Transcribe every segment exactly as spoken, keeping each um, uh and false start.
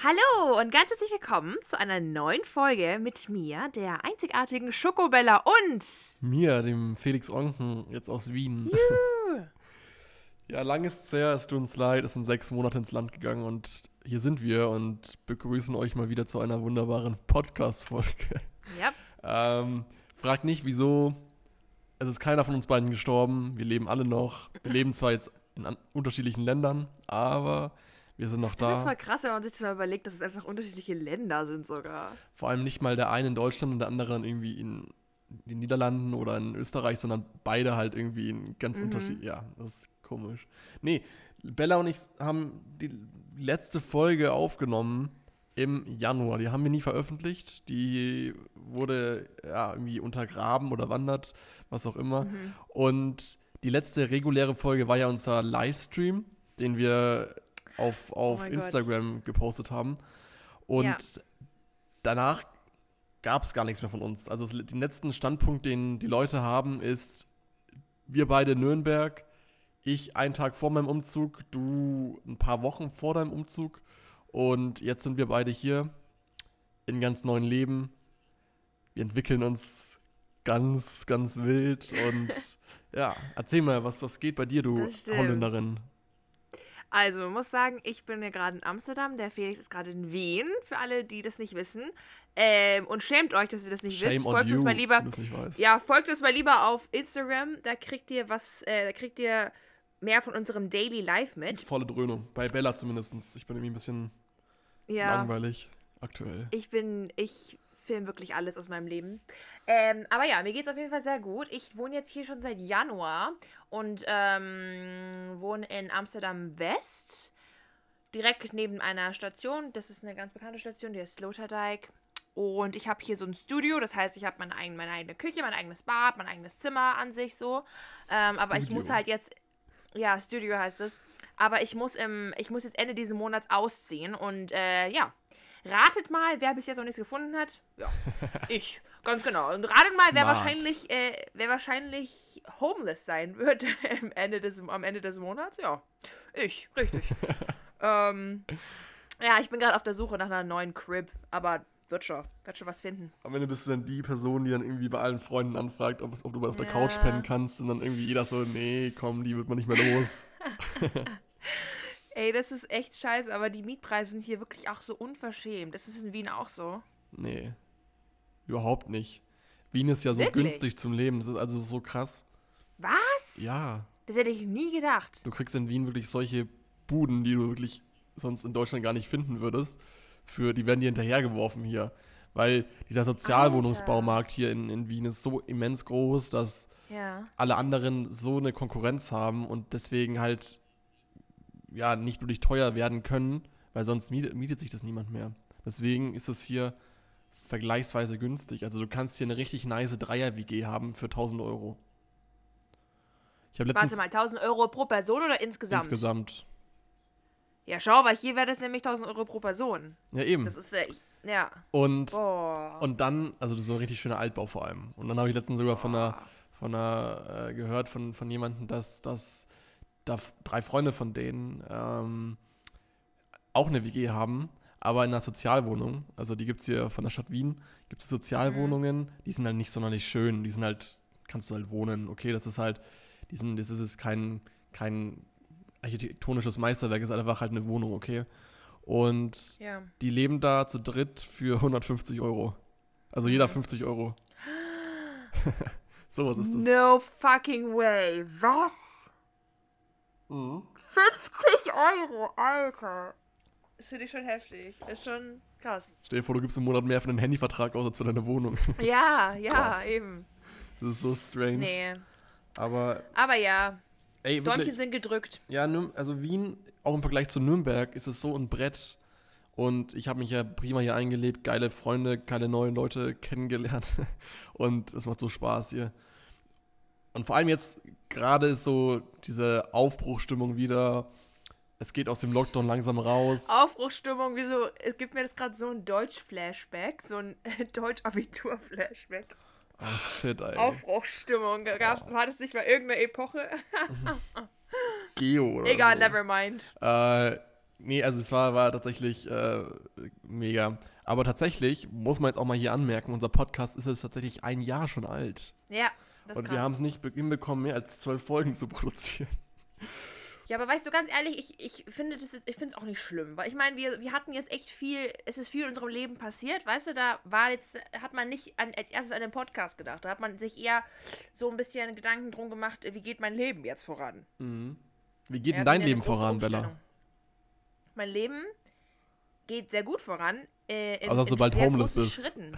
Hallo und ganz herzlich willkommen zu einer neuen Folge mit mir, der einzigartigen Schokobella und mir, dem Felix Onken, jetzt aus Wien. Juhu. Ja, lang ist's her, es tut uns leid, es sind sechs Monate ins Land gegangen und hier sind wir und begrüßen euch mal wieder zu einer wunderbaren Podcast-Folge. Ja. ähm, fragt nicht, wieso, es ist keiner von uns beiden gestorben, wir leben alle noch. Wir leben zwar jetzt in an- unterschiedlichen Ländern, aber wir sind noch da. Das ist voll krass, wenn man sich das mal überlegt, dass es einfach unterschiedliche Länder sind sogar. Vor allem nicht mal der eine in Deutschland und der andere dann irgendwie in den Niederlanden oder in Österreich, sondern beide halt irgendwie in ganz Mhm. unterschiedlich. Ja, das ist komisch. Nee, Bella und ich haben die letzte Folge aufgenommen im Januar. Die haben wir nie veröffentlicht. Die wurde ja irgendwie untergraben oder wandert, was auch immer. Mhm. Und die letzte reguläre Folge war ja unser Livestream, den wir auf, auf mein Instagram gepostet haben. Und Ja. danach gab es gar nichts mehr von uns. Also es- den letzten Standpunkt, den die Leute haben, ist, wir beide in Nürnberg, ich einen Tag vor meinem Umzug, du ein paar Wochen vor deinem Umzug. Und jetzt sind wir beide hier in ganz neuen Leben. Wir entwickeln uns ganz, ganz wild. Und ja, erzähl mal, was das geht bei dir, du Das stimmt. Holländerin. Also, man muss sagen, ich bin ja gerade in Amsterdam, der Felix ist gerade in Wien, für alle, die das nicht wissen. Ähm, und schämt euch, dass ihr das nicht wisst. Shame on Folgt you, uns mal lieber. wenn du es nicht weißt. Ja, folgt uns mal lieber auf Instagram, da kriegt ihr was, äh, da kriegt ihr mehr von unserem Daily Life mit. Volle Dröhnung. Bei Bella zumindest. Ich bin irgendwie ein bisschen Ja. langweilig aktuell. Ich bin, ich filme wirklich alles aus meinem Leben. Ähm, aber ja, mir geht's auf jeden Fall sehr gut. Ich wohne jetzt hier schon seit Januar und ähm, wohne in Amsterdam West, direkt neben einer Station. Das ist eine ganz bekannte Station, die ist Sloterdijk. Und ich habe hier so ein Studio, das heißt, ich habe meine, eigen, meine eigene Küche, mein eigenes Bad, mein eigenes Zimmer an sich so. Ähm, aber ich Studio. muss halt jetzt, ja, Studio heißt es. Aber ich muss im, ich muss jetzt Ende dieses Monats ausziehen und äh, ja. Ratet mal, wer bis jetzt noch nichts gefunden hat. Ja, ich, ganz genau. Und ratet mal, wer Smart. wahrscheinlich, äh, wer wahrscheinlich homeless sein wird am Ende des, am Ende des Monats. Ja, ich, richtig. ähm, ja, ich bin gerade auf der Suche nach einer neuen Crib, aber wird schon, wird schon was finden. Am Ende bist du dann die Person, die dann irgendwie bei allen Freunden anfragt, ob, es, ob du mal auf der Ja. Couch pennen kannst. Und dann irgendwie jeder so, nee, komm, die wird man nicht mehr los. Ey, das ist echt scheiße, aber die Mietpreise sind hier wirklich auch so unverschämt. Ist es in Wien auch so? Nee, überhaupt nicht. Wien ist ja so Wirklich? günstig zum Leben. Das ist also so krass. Was? Ja, Das hätte ich nie gedacht. du kriegst in Wien wirklich solche Buden, die du wirklich sonst in Deutschland gar nicht finden würdest. Für, die werden dir hinterhergeworfen hier. Weil dieser Sozialwohnungsbaumarkt hier in, in Wien ist so immens groß, dass Ja. alle anderen so eine Konkurrenz haben und deswegen halt ja nicht wirklich teuer werden können, weil sonst mietet, mietet sich das niemand mehr. Deswegen ist es hier vergleichsweise günstig. Also du kannst hier eine richtig nice Dreier-W G haben für tausend Euro. Ich habe letztens Warte mal, tausend Euro pro Person oder insgesamt? insgesamt. Ja, schau, weil hier wäre das nämlich tausend Euro pro Person. Ja, eben. Das ist, äh, ich- ja. Und, Boah. und dann, also das ist so ein richtig schöner Altbau vor allem. Und dann habe ich letztens sogar von einer, Boah. von einer äh, gehört von, von jemandem, dass, dass da f- drei Freunde von denen ähm, auch eine W G haben, aber in einer Sozialwohnung. Also die gibt es hier von der Stadt Wien, gibt es Sozialwohnungen, die sind halt nicht sonderlich schön. Die sind halt, kannst du halt wohnen. Okay, das ist halt, die sind, das ist jetzt kein, kein architektonisches Meisterwerk, ist einfach halt eine Wohnung, okay? Und Ja. die leben da zu dritt für hundertfünfzig Euro. Also jeder fünfzig Euro. So was ist das. No fucking way. Was? Mhm. fünfzig Euro, Alter. Das finde ich schon heftig. Ist schon krass. Stell dir vor, du gibst im Monat mehr für einen Handyvertrag aus als für deine Wohnung. Ja, ja, Gott. eben. Das ist so strange. Nee. Aber, Aber ja, ey, Däumchen wirklich. sind gedrückt. Ja, Nürn- also Wien, auch im Vergleich zu Nürnberg, ist es so ein Brett. Und ich habe mich ja prima hier eingelebt, geile Freunde, geile neue Leute kennengelernt. Und es macht so Spaß hier. Und vor allem jetzt gerade ist so diese Aufbruchstimmung wieder. Es geht aus dem Lockdown langsam raus. Aufbruchsstimmung, wieso? Es gibt mir das gerade so ein Deutsch-Flashback, so ein Deutsch-Abitur-Flashback. Oh shit, ey. Aufbruchsstimmung. Gab's, war das nicht mal irgendeine Epoche? Geo oder Egal, so. never mind. Äh, Nee, also es war, war tatsächlich äh, mega. Aber tatsächlich muss man jetzt auch mal hier anmerken, unser Podcast ist jetzt tatsächlich ein Jahr schon alt. Ja, das ist Und krass. wir haben es nicht hinbekommen, mehr als zwölf Folgen zu produzieren. Ja, aber weißt du, ganz ehrlich, ich, ich finde das ist, ich finde es auch nicht schlimm, weil ich meine, wir, wir hatten jetzt echt viel, es ist viel in unserem Leben passiert, weißt du, da war jetzt, hat man nicht an, als erstes an den Podcast gedacht, da hat man sich eher so ein bisschen Gedanken drum gemacht, wie geht mein Leben jetzt voran? Mhm. Wie geht Wir denn dein hatten ja eine Leben große voran, Bella? Umstellung. Mein Leben geht sehr gut voran, äh, in, Also, dass du in bald sehr homeless großen bist. Schritten.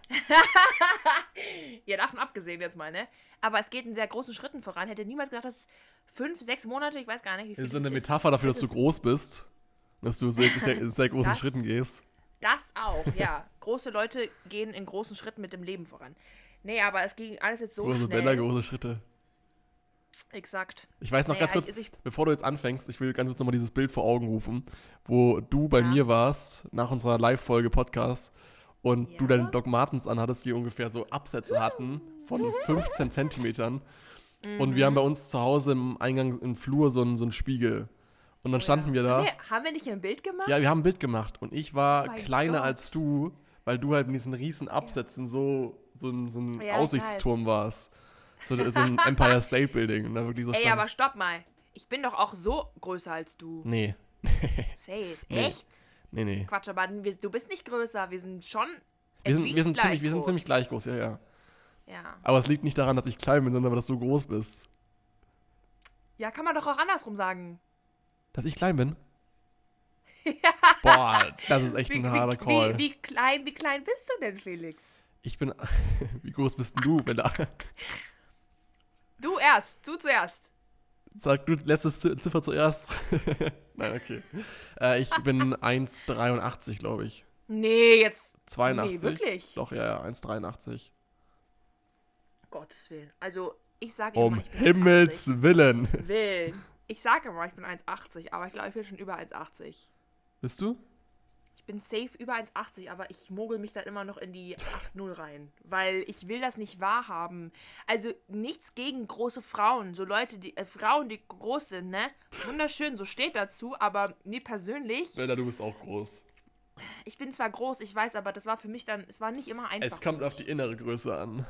Ja, davon abgesehen jetzt mal, ne? Aber es geht in sehr großen Schritten voran. Hätte niemals gedacht, dass fünf, sechs Monate, ich weiß gar nicht, wie viel Ist das eine das ist. Metapher dafür, Das dass du ist- groß bist? Dass du sehr, sehr, in sehr großen Das- Schritten gehst? Das auch, ja. Große Leute gehen in großen Schritten mit dem Leben voran. Nee, aber es ging alles jetzt so Große schnell. Bella, große Schritte. Exakt. Ich weiß noch Nee, ganz kurz, also ich, bevor du jetzt anfängst, ich will ganz kurz nochmal dieses Bild vor Augen rufen, wo du bei Ja. mir warst, nach unserer Live-Folge Podcast, und Ja. du deine Doc Martens anhattest, die ungefähr so Absätze hatten von fünfzehn Zentimetern. Und wir haben bei uns zu Hause im Eingang, im Flur so einen, so einen Spiegel. Und dann standen ja. wir da. Haben wir, haben wir nicht ein Bild gemacht? Ja, wir haben ein Bild gemacht. Und ich war Oh mein kleiner Gott. als du, weil du halt mit diesen riesen Absätzen so, so ein, so ein Ja, ich Aussichtsturm warst. So, so ein Empire State Building. Und da wirklich so Ey, stand- aber stopp mal. Ich bin doch auch so größer als du. Nee. Safe. Nee. Echt? Nee, nee. Quatsch, aber wir, du bist nicht größer. Wir sind schon. Wir at sind, least wir, sind gleich ziemlich, wir sind groß. ziemlich gleich groß, ja, ja. Ja. Aber es liegt nicht daran, dass ich klein bin, sondern dass du groß bist. Ja, kann man doch auch andersrum sagen. Dass ich klein bin? Boah, das ist echt Wie, ein harter wie, Call. wie, wie, klein, wie klein bist du denn, Felix? Ich bin. Wie groß bist denn du, Bella? Du erst. Du zuerst. Sag du letzte Z- Ziffer zuerst. Nein, okay. Äh, ich bin eins Komma dreiundachtzig, glaube ich. Nee, jetzt. zweiundachtzig. Nee, wirklich? Doch, ja, ja, eins Komma dreiundachtzig. Gottes Willen. Also, ich sage Um immer, ich bin Himmels Willen. eins Komma achtzig. Willen. Ich sage immer, ich bin eins Komma achtzig, aber ich glaube, ich bin schon über eins Komma achtzig. Bist du? Ich bin safe über eins Komma achtzig, aber ich mogel mich dann immer noch in die acht null rein. Weil ich will das nicht wahrhaben. Also nichts gegen große Frauen. So Leute, die, äh, Frauen, die groß sind, ne? Wunderschön, so steht dazu. Aber mir persönlich, Bella, du bist auch groß. ich bin zwar groß, ich weiß, aber das war für mich dann, es war nicht immer einfach. Es kommt für auf die mich. innere Größe an.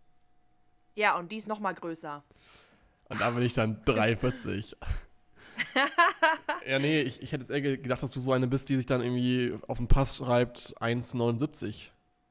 Ja, und die ist noch mal größer. Und da bin ich dann drei Komma vierzig. Ja, nee, ich, ich hätte jetzt eher ge- gedacht, dass du so eine bist, die sich dann irgendwie auf den Pass schreibt eins Komma neunundsiebzig.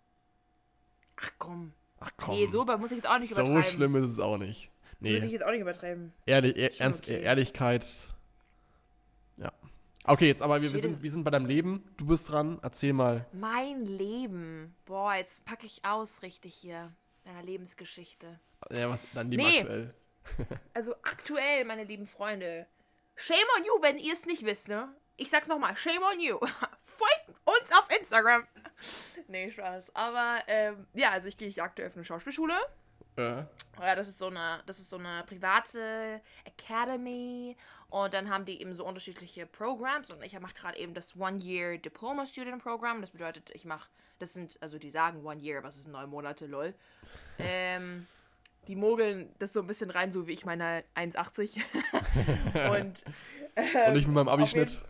Ach komm. Ach komm. Nee, so muss ich jetzt auch nicht so übertreiben. schlimm ist es auch nicht. So muss ich Nee, jetzt auch nicht übertreiben. Ehrlich, ehr, Schon ernst, okay. Ehrlichkeit. Ja. Okay, jetzt aber wir, wir, Jede- sind, wir sind bei deinem Leben. Du bist dran. Erzähl mal. Mein Leben. Boah, jetzt packe ich aus richtig hier. Deiner Lebensgeschichte. Ja, was dein Leben Nee. aktuell? Also aktuell, meine lieben Freunde, shame on you, wenn ihr es nicht wisst, ne? Ich sag's nochmal, shame on you. Folgt uns auf Instagram. Nee, Spaß. Aber, ähm, ja, also ich gehe aktuell auf eine Schauspielschule. Ja. Ja, das ist so eine, das ist so eine private Academy. Und dann haben die eben so unterschiedliche Programs. Und ich mache gerade eben das One-Year Diploma Student Program. Das bedeutet, ich mache, das sind, also die sagen One Year, aber es ist neun Monate, lol. ähm, die mogeln das so ein bisschen rein, so wie ich meine eins Komma achtzig. Und, ähm, Und ich mit meinem auf jeden- Abi-Schnitt.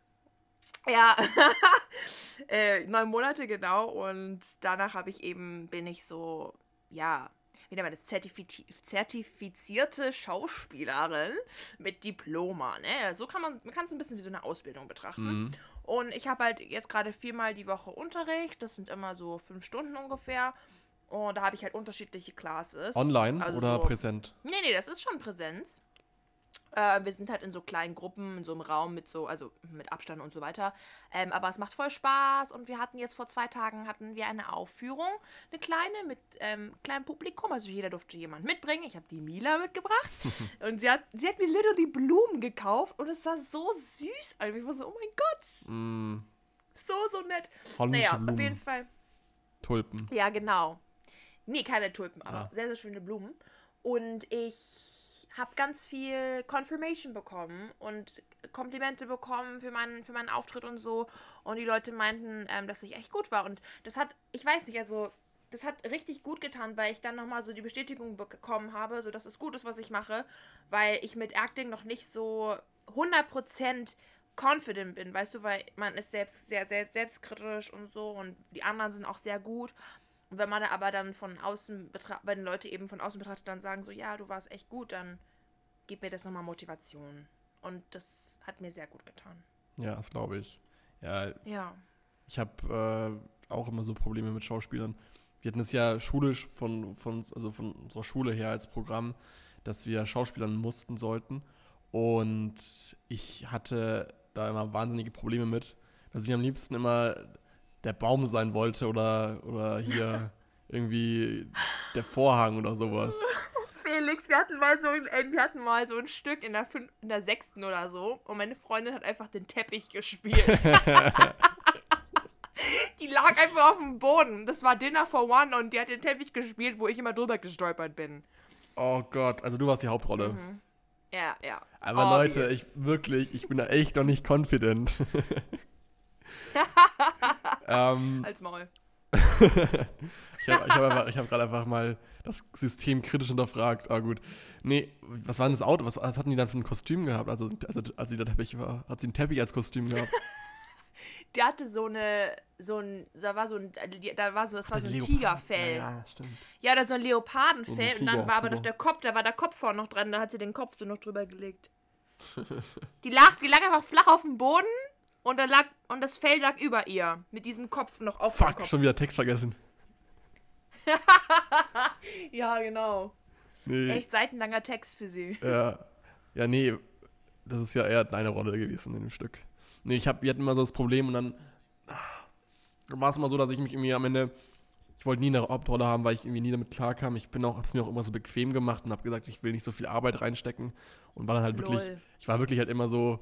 Ja, äh, neun Monate genau, und danach habe ich eben, bin ich so, ja, wie nennt man das, Zertifiz zertifizierte Schauspielerin mit Diploma, ne? So kann man, man kann es ein bisschen wie so eine Ausbildung betrachten. Mhm. Und ich habe halt jetzt gerade viermal die Woche Unterricht, das sind immer so fünf Stunden ungefähr. Und da habe ich halt unterschiedliche Classes. Online Also oder so, präsent? Nee, nee, das ist schon Präsenz. Äh, wir sind halt in so kleinen Gruppen, in so einem Raum mit so, also mit Abstand und so weiter. Ähm, aber es macht voll Spaß, und wir hatten jetzt vor zwei Tagen hatten wir eine Aufführung, eine kleine mit ähm, kleinem Publikum. Also jeder durfte jemand mitbringen. Ich habe die Mila mitgebracht und sie hat, sie hat mir literally Blumen gekauft, und es war so süß. Also ich war so, oh mein Gott, Mm, so, so nett. holländische Naja, Blumen. auf jeden Fall. Tulpen. Ja, genau. Nee, keine Tulpen, aber Ah. sehr, sehr schöne Blumen. Und ich habe ganz viel Confirmation bekommen und Komplimente bekommen für meinen, für meinen Auftritt und so. Und die Leute meinten, ähm, dass ich echt gut war. Und das hat, ich weiß nicht, also das hat richtig gut getan, weil ich dann nochmal so die Bestätigung bekommen habe, so dass es gut ist, was ich mache, weil ich mit Acting noch nicht so hundert Prozent confident bin, weißt du, weil man ist selbst sehr selbst, selbstkritisch und so und die anderen sind auch sehr gut. Und wenn man aber dann von außen betrachtet, wenn Leute eben von außen betrachtet dann sagen so, ja, du warst echt gut, dann gibt mir das nochmal Motivation. Und das hat mir sehr gut getan. Ja, das glaube ich. Ja, Ja. ich habe äh, auch immer so Probleme mit Schauspielern. Wir hatten es ja schulisch von, von, also von unserer Schule her als Programm, dass wir Schauspielern mussten sollten. Und ich hatte da immer wahnsinnige Probleme mit, dass ich am liebsten immer der Baum sein wollte oder, oder hier irgendwie der Vorhang oder sowas. Felix, wir hatten mal so ein, wir hatten mal so ein Stück in der, fünf, in der sechsten oder so und meine Freundin hat einfach den Teppich gespielt. Die lag einfach auf dem Boden. Das war Dinner for One und die hat den Teppich gespielt, wo ich immer drüber gestolpert bin. Oh Gott, also du warst die Hauptrolle. Mhm. Ja, ja. Aber Obvious. Leute, ich wirklich, ich bin da echt noch nicht confident. ähm, Als Maul. ich habe ich hab einfach- ich hab gerade einfach mal das System kritisch hinterfragt. Ah, gut. Nee, was war denn das Auto? Was, was hatten die dann für ein Kostüm gehabt? Also, also als sie der Teppich war, hat sie einen Teppich als Kostüm gehabt? Der hatte so eine, so ein, da war so ein, da war so, das war so ein Leopard- Tigerfell. Ja, ja, stimmt. Ja, oder so ein Leopardenfell So ein und dann Tiger- war aber Tiger. noch der Kopf, da war der Kopf vorne noch dran, da hat sie den Kopf so noch drüber gelegt. Die lag, die lag einfach flach auf dem Boden und, da lag, und das Fell lag über ihr, mit diesem Kopf noch auf dem Fuck, Kopf. schon wieder Text vergessen. Ja, genau. Nee. Echt seitenlanger Text für sie. Ja, ja, nee, das ist ja eher deine Rolle gewesen in dem Stück. Nee, ich hab, wir hatten immer so das Problem und dann war es immer so, dass ich mich irgendwie am Ende, ich wollte nie eine Hauptrolle haben, weil ich irgendwie nie damit klarkam. Ich bin auch, hab's mir auch immer so bequem gemacht und hab gesagt, ich will nicht so viel Arbeit reinstecken und war dann halt wirklich, Lol. ich war wirklich halt immer so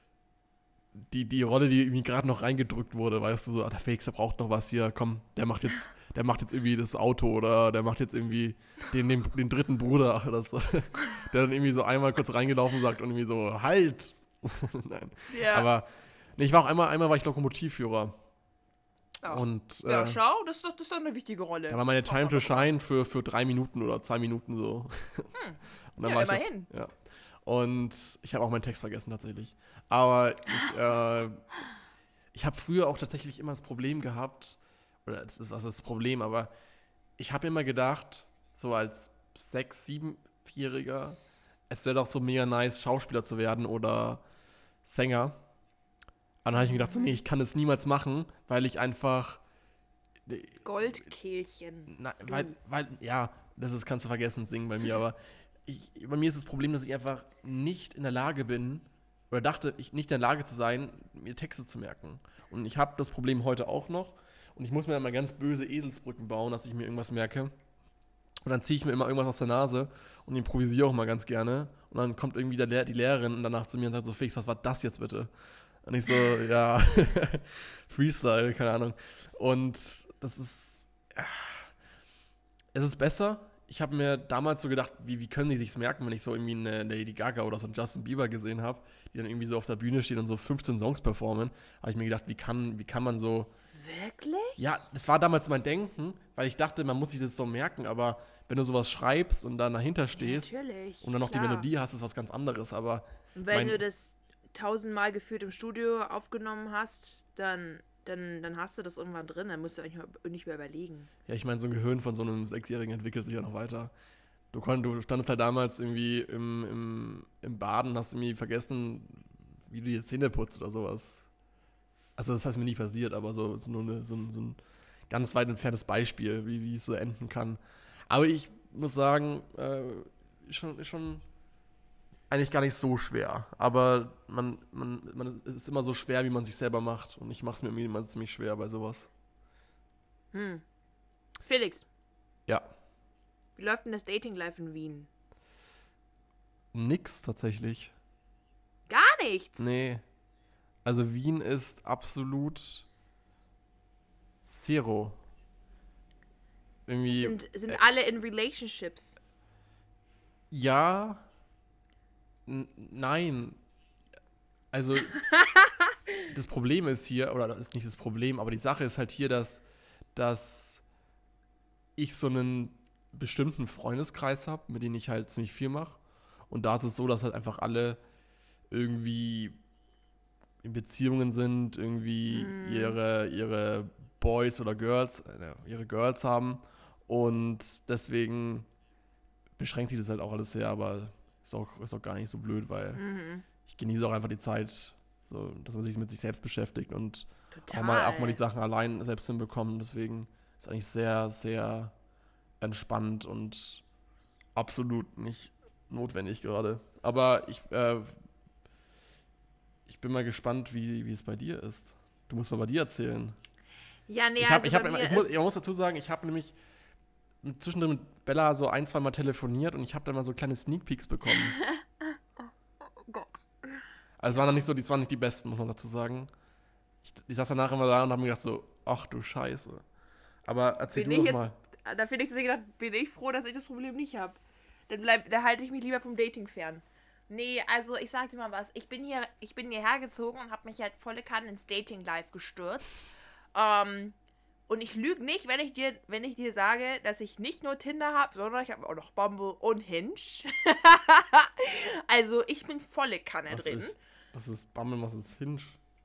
die, die Rolle, die irgendwie gerade noch reingedrückt wurde, weißt du, so, ah, der Felix, der braucht noch was hier, komm, der macht jetzt, der macht jetzt irgendwie das Auto oder der macht jetzt irgendwie den, den, den dritten Bruder, ach, das, der dann irgendwie so einmal kurz reingelaufen sagt und irgendwie so, halt! Nein. Ja. Aber, nee, ich war auch einmal, einmal war ich Lokomotivführer. Ach. Und, Ja, äh, schau, das ist doch, das ist doch eine wichtige Rolle. da war meine Time to Shine für, für drei Minuten oder zwei Minuten so. Hm. Und dann Ja, war ich immerhin. Auch, ja. Und ich habe auch meinen Text vergessen tatsächlich. Aber ich, äh, ich habe früher auch tatsächlich immer das Problem gehabt, oder das ist was ist das Problem, aber ich habe immer gedacht, so als sechs-, siebenjähriger, es wäre doch so mega nice, Schauspieler zu werden oder Sänger. Und dann habe ich mir gedacht, so, nee, ich kann das niemals machen, weil ich einfach Goldkehlchen. Na, weil, weil, ja, das ist, kannst du vergessen, singen bei mir, aber ich, bei mir ist das Problem, dass ich einfach nicht in der Lage bin, oder dachte, ich nicht in der Lage zu sein, mir Texte zu merken. Und ich habe das Problem heute auch noch und ich muss mir immer ganz böse Eselsbrücken bauen, dass ich mir irgendwas merke. Und dann ziehe ich mir immer irgendwas aus der Nase und improvisiere auch mal ganz gerne. Und dann kommt irgendwie der Lehr- die Lehrerin danach zu mir und sagt so, Felix, was war das jetzt bitte? Und ich so, ja, Freestyle, keine Ahnung. Und das ist, ja, es ist besser. Ich habe mir damals so gedacht, wie, wie können die sich's merken, wenn ich so irgendwie eine Lady Gaga oder so einen Justin Bieber gesehen habe, die dann irgendwie so auf der Bühne stehen und so fünfzehn Songs performen, habe ich mir gedacht, wie kann, wie kann man so... Wirklich? Ja, das war damals mein Denken, weil ich dachte, man muss sich das so merken, aber wenn du sowas schreibst und dann dahinter stehst Natürlich, und dann noch klar. die Melodie hast, ist was ganz anderes, aber... Und wenn mein- du das tausendmal geführt im Studio aufgenommen hast, dann, dann, dann hast du das irgendwann drin, dann musst du eigentlich mal, nicht mehr überlegen. Ja, ich meine, so ein Gehirn von so einem Sechsjährigen entwickelt sich ja noch weiter. Du, konnt, du standest halt damals irgendwie im, im, im Baden, hast irgendwie vergessen, wie du die Zähne putzt oder sowas. Also das ist mir nie passiert, aber so, so, nur eine, so, ein, so ein ganz weit entferntes Beispiel, wie, wie es so enden kann. Aber ich muss sagen, äh, ist schon, ist schon eigentlich gar nicht so schwer. Aber man, man, man, es ist immer so schwer, wie man sich selber macht. Und ich mache es mir irgendwie immer ziemlich schwer bei sowas. Hm. Felix, Ja. wie läuft denn das Dating-Life in Wien? Nix tatsächlich. Gar nichts. Nee. Also Wien ist absolut zero. Irgendwie. Sind, sind äh, alle in Relationships? Ja. N- nein. Also. Das Problem ist hier, oder das ist nicht das Problem, aber die Sache ist halt hier, dass, dass ich so einen bestimmten Freundeskreis habe, mit dem ich halt ziemlich viel mache. Und da ist es so, dass halt einfach alle irgendwie in Beziehungen sind, irgendwie mm. ihre, ihre Boys oder Girls, äh, ihre Girls haben und deswegen beschränkt sich das halt auch alles sehr, aber ist auch, ist auch gar nicht so blöd, weil mhm. ich genieße auch einfach die Zeit, so, dass man sich mit sich selbst beschäftigt und auch mal, auch mal die Sachen allein selbst hinbekommen. Deswegen ist es eigentlich sehr, sehr entspannt und absolut nicht notwendig gerade. Aber ich, äh, ich bin mal gespannt, wie, wie es bei dir ist. Du musst mal bei dir erzählen. Ja, nee, ich hab, also ich, hab, bei mir ich, muss, ich muss dazu sagen, ich habe nämlich zwischendrin mit Bella so ein, zwei Mal telefoniert und ich habe dann mal so kleine Sneak Peeks bekommen. Oh Gott. Also es waren dann nicht so, das waren nicht die besten, muss man dazu sagen. Ich, ich saß danach immer da und habe mir gedacht so, ach du Scheiße. Aber erzähl bin du doch jetzt, mal. Da finde ich gedacht, bin ich froh, dass ich das Problem nicht habe. Dann bleib, da halte ich mich lieber vom Dating fern. Nee, also ich sag dir mal was. Ich bin hier, ich bin hierher gezogen und habe mich halt volle Kanne ins Dating-Life gestürzt. Ähm, und ich lüge nicht, wenn ich dir, wenn ich dir sage, dass ich nicht nur Tinder habe, sondern ich habe auch noch Bumble und Hinge. Also ich bin volle Kanne was drin. Ist, was ist Bumble, was ist Hinge?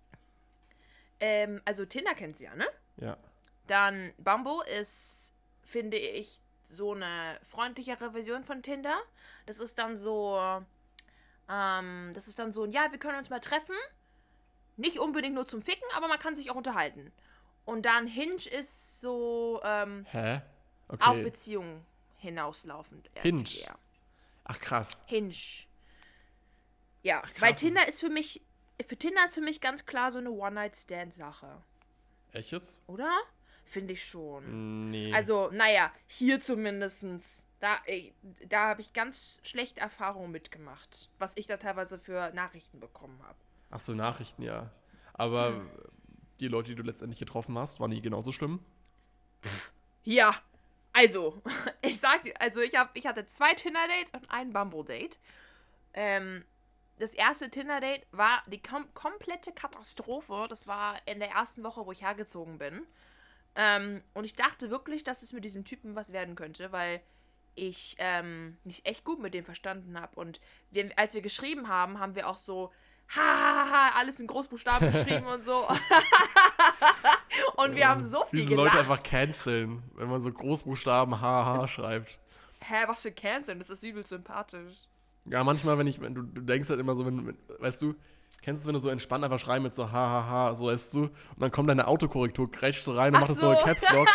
Ähm, also Tinder kennst du ja, ne? Ja. Dann Bumble ist, finde ich, so eine freundlichere Version von Tinder. Das ist dann so, ähm, das ist dann so, ja, wir können uns mal treffen. Nicht unbedingt nur zum Ficken, aber man kann sich auch unterhalten. Und dann Hinge ist so, ähm, Hä? Okay. Auf Beziehungen hinauslaufend. Hinge? Eher. Ach, krass. Hinge. Ja, Ach, krass. Weil Tinder ist für mich, für Tinder ist für mich ganz klar so eine One-Night-Stand-Sache. Echt jetzt? Oder? Finde ich schon. Nee. Also, naja, hier zumindestens. Da, da habe ich ganz schlechte Erfahrungen mitgemacht, was ich da teilweise für Nachrichten bekommen habe. Ach so, Nachrichten, ja. Aber hm. die Leute, die du letztendlich getroffen hast, waren die genauso schlimm? Ja, also, ich sag dir, also ich, hab, ich hatte zwei Tinder-Dates und ein Bumble-Date. Ähm, das erste Tinder-Date war die kom- komplette Katastrophe. Das war in der ersten Woche, wo ich hergezogen bin. Ähm, und ich dachte wirklich, dass es mit diesem Typen was werden könnte, weil ich ähm, mich echt gut mit dem verstanden habe. Und wir, als wir geschrieben haben, haben wir auch so ha, ha, ha, alles in Großbuchstaben geschrieben und so. Und wir haben so viel Diese gelacht. Leute einfach canceln, wenn man so Großbuchstaben haha schreibt. Hä, was für canceln? Das ist übel sympathisch. Ja, manchmal, wenn ich, wenn du, du denkst halt immer so, wenn, weißt du, kennst du, wenn du so entspannt einfach schreibst mit so hahaha, so weißt du, und dann kommt deine Autokorrektur, grätscht so rein und Ach macht so. das so Caps Lock.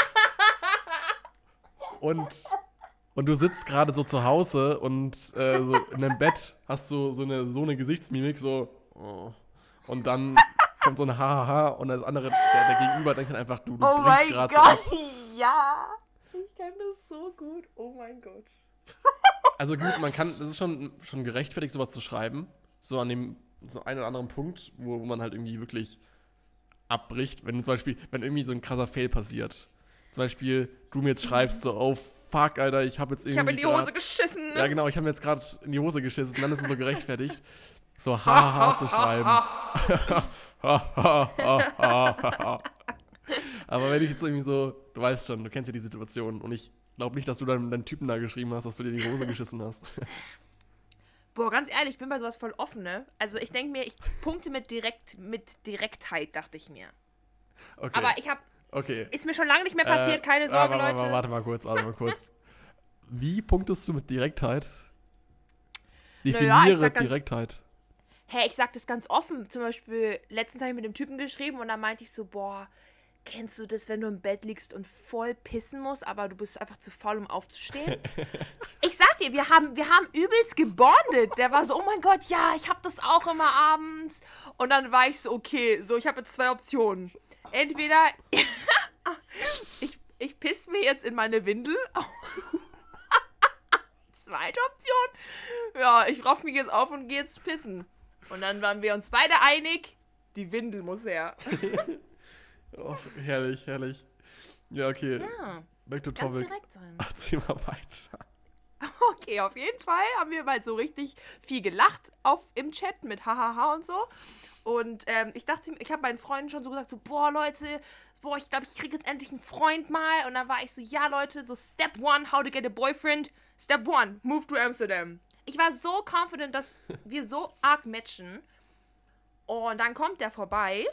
und, und du sitzt gerade so zu Hause und äh, so in deinem Bett hast du so eine, so eine Gesichtsmimik, so oh. Und dann kommt so ein hahaha und das andere, der, der Gegenüber denkt dann einfach, du, du oh brichst gerade so ab. Oh mein Gott, ja. Ich kann das so gut. Oh mein Gott. Also gut, man kann, das ist schon, schon gerechtfertigt, sowas zu schreiben. So an dem, so einen oder anderen Punkt, wo, wo man halt irgendwie wirklich abbricht. Wenn zum Beispiel, wenn irgendwie so ein krasser Fail passiert. Zum Beispiel, du mir jetzt schreibst so, oh fuck, Alter, ich habe jetzt irgendwie Ich habe in die grad, Hose geschissen. Ja genau, ich habe mir jetzt gerade in die Hose geschissen. Dann ist es so gerechtfertigt, so haha zu schreiben. Aber wenn ich jetzt irgendwie so, du weißt schon, du kennst ja die Situation und ich glaube nicht, dass du dann deinen Typen da geschrieben hast, dass du dir in die Hose geschissen hast. Boah, ganz ehrlich, ich bin bei sowas voll offen, ne? Also ich denke mir, ich punkte mit direkt mit Direktheit, dachte ich mir. Okay. Aber ich habe okay. Ist mir schon lange nicht mehr passiert, äh, keine Sorge, warte, Leute. Warte, warte mal kurz, warte mal kurz. Wie punktest du mit Direktheit? Definiere naja, ganz, Direktheit. Hä, hey, ich sag das ganz offen. Zum Beispiel, letztens habe ich mit dem Typen geschrieben und dann meinte ich so, boah, kennst du das, wenn du im Bett liegst und voll pissen musst, aber du bist einfach zu faul, um aufzustehen? Ich sag dir, wir haben, wir haben übelst gebondet. Der war so, oh mein Gott, ja, ich hab das auch immer abends. Und dann war ich so, okay, so, ich habe jetzt zwei Optionen. Entweder ich, ich piss mir jetzt in meine Windel. Zweite Option. Ja, ich raff mich jetzt auf und gehe jetzt pissen. Und dann waren wir uns beide einig, die Windel muss her. Oh, herrlich, herrlich. Ja, okay. Ja, back to ganz topic. direkt sein. Erzähl mal weiter. Okay, auf jeden Fall haben wir mal so richtig viel gelacht auf, im Chat mit hahaha und so. Und ähm, ich dachte, ich habe meinen Freunden schon so gesagt, so, boah, Leute, boah, ich glaube, ich kriege jetzt endlich einen Freund mal. Und dann war ich so, ja, Leute, so Step one, how to get a boyfriend. Step one, move to Amsterdam. Ich war so confident, dass wir so arg matchen. Und dann kommt der vorbei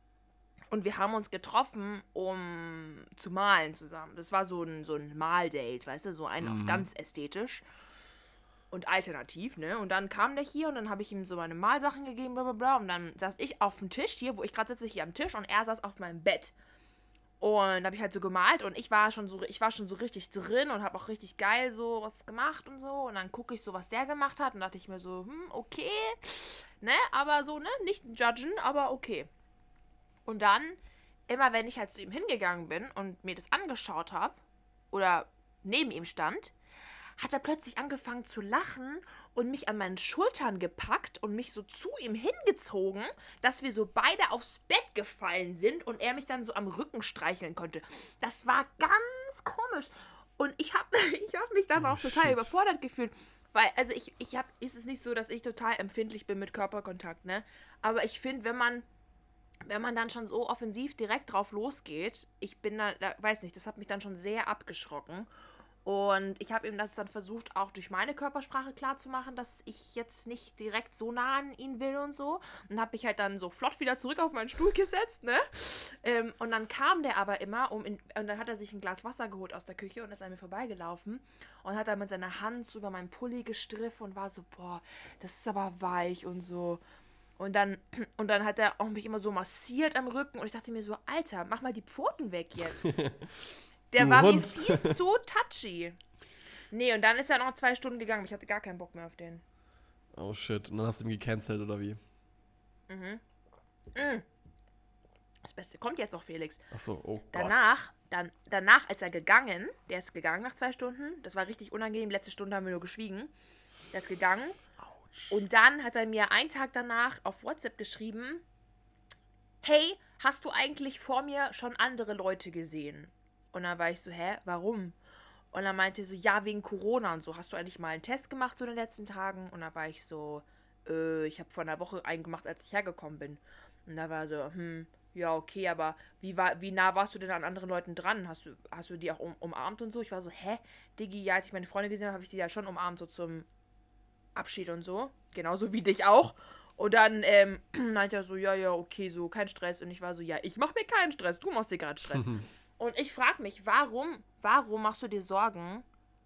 und wir haben uns getroffen, um zu malen zusammen. Das war so ein, so ein Maldate, weißt du, so ein Mhm. auf ganz ästhetisch und alternativ, ne? Und dann kam der hier und dann habe ich ihm so meine Malsachen gegeben, bla bla bla. Und dann saß ich auf dem Tisch hier, wo ich gerade sitze, hier am Tisch und er saß auf meinem Bett. Und da habe ich halt so gemalt und ich war schon so, ich war schon so richtig drin und habe auch richtig geil so was gemacht und so. Und dann gucke ich so, was der gemacht hat und dachte ich mir so, hm, okay, ne? Aber so, ne? Nicht judgen, aber okay. Und dann, immer wenn ich halt zu ihm hingegangen bin und mir das angeschaut habe oder neben ihm stand, hat er plötzlich angefangen zu lachen und mich an meinen Schultern gepackt und mich so zu ihm hingezogen, dass wir so beide aufs Bett gefallen sind und er mich dann so am Rücken streicheln konnte. Das war ganz komisch. Und ich habe ich hab mich dann Oh, auch total shit. überfordert gefühlt. Weil, also ich, ich habe, ist es nicht so, dass ich total empfindlich bin mit Körperkontakt, ne? Aber ich finde, wenn man wenn man dann schon so offensiv direkt drauf losgeht, ich bin da, da weiß nicht, das hat mich dann schon sehr abgeschrocken. Und ich habe ihm das dann versucht, auch durch meine Körpersprache klarzumachen, dass ich jetzt nicht direkt so nah an ihn will und so. Und habe mich halt dann so flott wieder zurück auf meinen Stuhl gesetzt, ne? Ähm, und dann kam der aber immer, um in, und dann hat er sich ein Glas Wasser geholt aus der Küche und ist an mir vorbeigelaufen. Und hat dann mit seiner Hand so über meinen Pulli gestriffen und war so, boah, das ist aber weich und so. Und dann, und dann hat er auch mich immer so massiert am Rücken und ich dachte mir so, Alter, mach mal die Pfoten weg jetzt. Der Du war mir Hund. viel zu touchy. Nee, und dann ist er noch zwei Stunden gegangen. Ich hatte gar keinen Bock mehr auf den. Oh shit. Und dann hast du ihn gecancelt, oder wie? Mhm. Mm. Das Beste kommt jetzt noch, Felix. Achso, oh Gott. Danach, dann, danach, als er gegangen, der ist gegangen nach zwei Stunden. Das war richtig unangenehm. Letzte Stunde haben wir nur geschwiegen. Der ist gegangen. Autsch. Und dann hat er mir einen Tag danach auf WhatsApp geschrieben, hey, hast du eigentlich vor mir schon andere Leute gesehen? Und dann war ich so, hä, warum? Und dann meinte er so, ja, wegen Corona und so. Hast du eigentlich mal einen Test gemacht so in den letzten Tagen? Und dann war ich so, äh, ich habe vor einer Woche einen gemacht, als ich hergekommen bin. Und da war er so, hm, ja, okay, aber wie, war, wie nah warst du denn an anderen Leuten dran? Hast du, hast du die auch um, umarmt und so? Ich war so, hä, Diggi, ja, als ich meine Freunde gesehen habe, habe ich die ja schon umarmt, so zum Abschied und so. Genauso wie dich auch. Und dann ähm, meinte er so, ja, ja, okay, so, kein Stress. Und ich war so, ja, ich mach mir keinen Stress, du machst dir gerade Stress. Und ich frage mich, warum, warum machst du dir Sorgen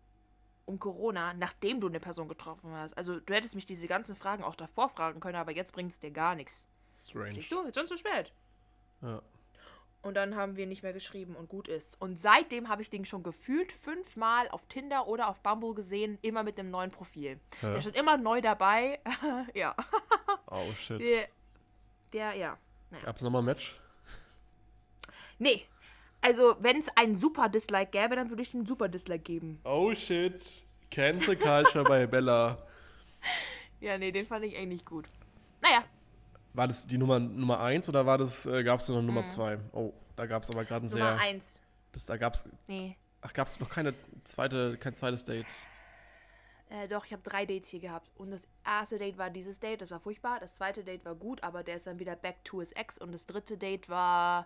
um Corona, nachdem du eine Person getroffen hast? Also, du hättest mich diese ganzen Fragen auch davor fragen können, aber jetzt bringt es dir gar nichts. Strange. Siehst du? Jetzt ist es zu spät. Ja. Und dann haben wir nicht mehr geschrieben und gut ist. Und seitdem habe ich den schon gefühlt fünfmal auf Tinder oder auf Bumble gesehen, immer mit einem neuen Profil. Hä? Der ist schon immer neu dabei. Ja. Oh shit. Der, der ja. Naja. Gab's nochmal ein Match? Nee. Also, wenn es einen Super-Dislike gäbe, dann würde ich einen Super-Dislike geben. Oh shit. Cancel Culture bei Bella. Ja, nee, den fand ich eigentlich gut. Naja. War das die Nummer Nummer eins oder war das, äh, gab es noch Nummer zwei? Oh, da gab es aber gerade ein Nummer sehr. eins. Das, da gab's. Nee. Ach, gab es noch keine zweite, kein zweites Date? Äh, doch, ich habe drei Dates hier gehabt. Und das erste Date war dieses Date, das war furchtbar. Das zweite Date war gut, aber der ist dann wieder back to his ex. Und das dritte Date war...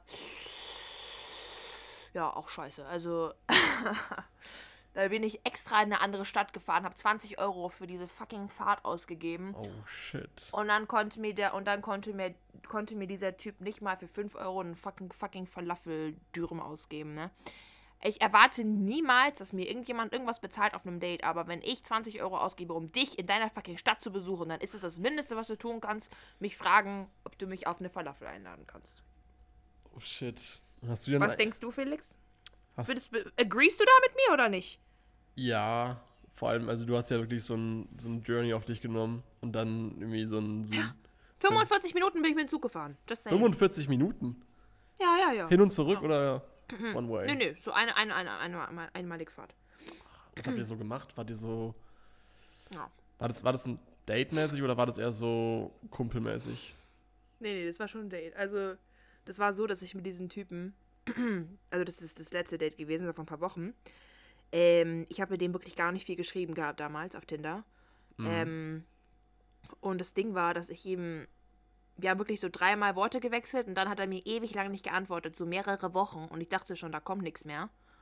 Ja, auch scheiße. Also... Da bin ich extra in eine andere Stadt gefahren, habe zwanzig Euro für diese fucking Fahrt ausgegeben. Oh shit. Und dann konnte mir der, und dann konnte mir, konnte mir dieser Typ nicht mal für fünf Euro einen fucking, fucking Falafel-Dürüm ausgeben, ne? Ich erwarte niemals, dass mir irgendjemand irgendwas bezahlt auf einem Date, aber wenn ich zwanzig Euro ausgebe, um dich in deiner fucking Stadt zu besuchen, dann ist es das Mindeste, was du tun kannst, mich fragen, ob du mich auf eine Falafel einladen kannst. Oh shit. Hast du denn Was ein- denkst du, Felix? hast, Würdest, agreest du da mit mir oder nicht? Ja, vor allem, also du hast ja wirklich so ein, so ein Journey auf dich genommen und dann irgendwie so ein. So ein so fünfundvierzig Minuten bin ich mit dem Zug gefahren. Just saying. fünfundvierzig Minuten? Ja, ja, ja. Hin und zurück oder one way? Nö, nö, so eine, eine, eine, eine, eine einmalige Fahrt. Was habt ihr so gemacht? Wart ihr so. Ja. War das, war das ein Date-mäßig oder war das eher so kumpelmäßig? Nee, nee, das war schon ein Date. Also, das war so, dass ich mit diesem Typen, also das ist das letzte Date gewesen, das war vor ein paar Wochen. Ähm, ich habe mit dem wirklich gar nicht viel geschrieben gehabt damals auf Tinder. Mhm. Ähm, und das Ding war, dass ich ihm, wir haben wirklich so dreimal Worte gewechselt und dann hat er mir ewig lang nicht geantwortet, so mehrere Wochen. Und ich dachte schon, da kommt nichts mehr.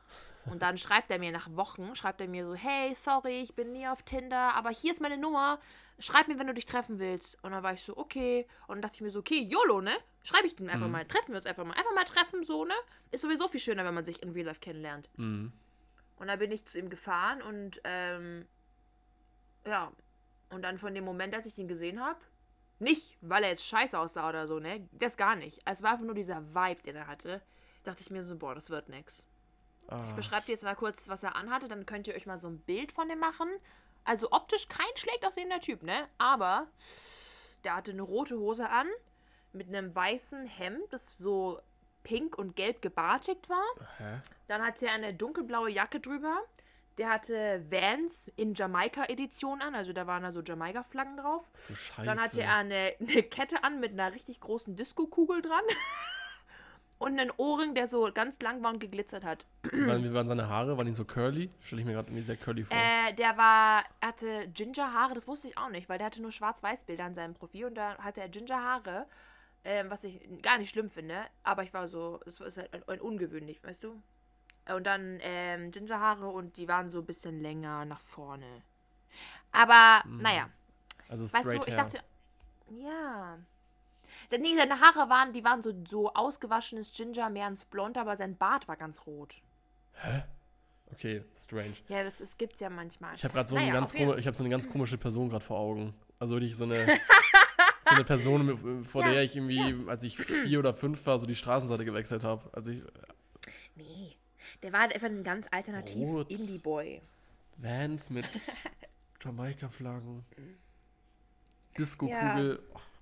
Und dann schreibt er mir nach Wochen, schreibt er mir so, hey, sorry, ich bin nie auf Tinder, aber hier ist meine Nummer. Schreib mir, wenn du dich treffen willst. Und dann war ich so, okay. Und dann dachte ich mir so, okay, YOLO, ne? Schreibe ich den einfach Mhm. mal. Treffen wir uns einfach mal. Einfach mal treffen, so, ne? Ist sowieso viel schöner, wenn man sich in Real Life kennenlernt. Mhm. Und dann bin ich zu ihm gefahren und, ähm, ja. Und dann von dem Moment, als ich den gesehen habe, nicht, weil er jetzt scheiße aussah oder so, ne? Das gar nicht. Es war einfach nur dieser Vibe, den er hatte. Dachte ich mir so, boah, das wird nix. Ah. Ich beschreibe dir jetzt mal kurz, was er anhatte, dann könnt ihr euch mal so ein Bild von dem machen. Also optisch kein schlecht aussehender Typ, ne? Aber der hatte eine rote Hose an mit einem weißen Hemd, das so pink und gelb gebartigt war. Hä? Dann hatte er eine dunkelblaue Jacke drüber. Der hatte Vans in Jamaika-Edition an, also da waren da so Jamaika-Flaggen drauf. Du Scheiße. Dann hatte er eine, eine Kette an mit einer richtig großen Disco-Kugel dran. Und einen Ohrring, der so ganz lang war und geglitzert hat. Wie waren, wie waren seine Haare? Waren die so curly? Stelle ich mir gerade irgendwie sehr curly vor. Äh, der war, er hatte Ginger-Haare, das wusste ich auch nicht, weil der hatte nur Schwarz-Weiß-Bilder an seinem Profil und da hatte er Ginger-Haare, ähm, was ich gar nicht schlimm finde, aber ich war so, es ist halt ein, ein ungewöhnlich, weißt du? Und dann ähm, Ginger-Haare und die waren so ein bisschen länger nach vorne. Aber, Mhm. naja, Also weißt straight du, ich hair. dachte, ja. Denn nee, seine Haare waren, die waren so, so ausgewaschenes Ginger, mehr ins Blond, aber sein Bart war ganz rot. Okay, strange. Ja, das, das gibt's ja manchmal. Ich habe gerade so, Naja, eine ganz auf jeden- komi- ich hab so eine ganz komische Person gerade vor Augen. Also wirklich so eine, so eine Person, mit- vor Ja, der ich irgendwie, als ich vier oder fünf war, so die Straßenseite gewechselt habe. Also ich, Nee, der war halt einfach ein ganz alternativ Rot. Indie-Boy. Vans mit Jamaika-Flaggen. Disco-Kugel.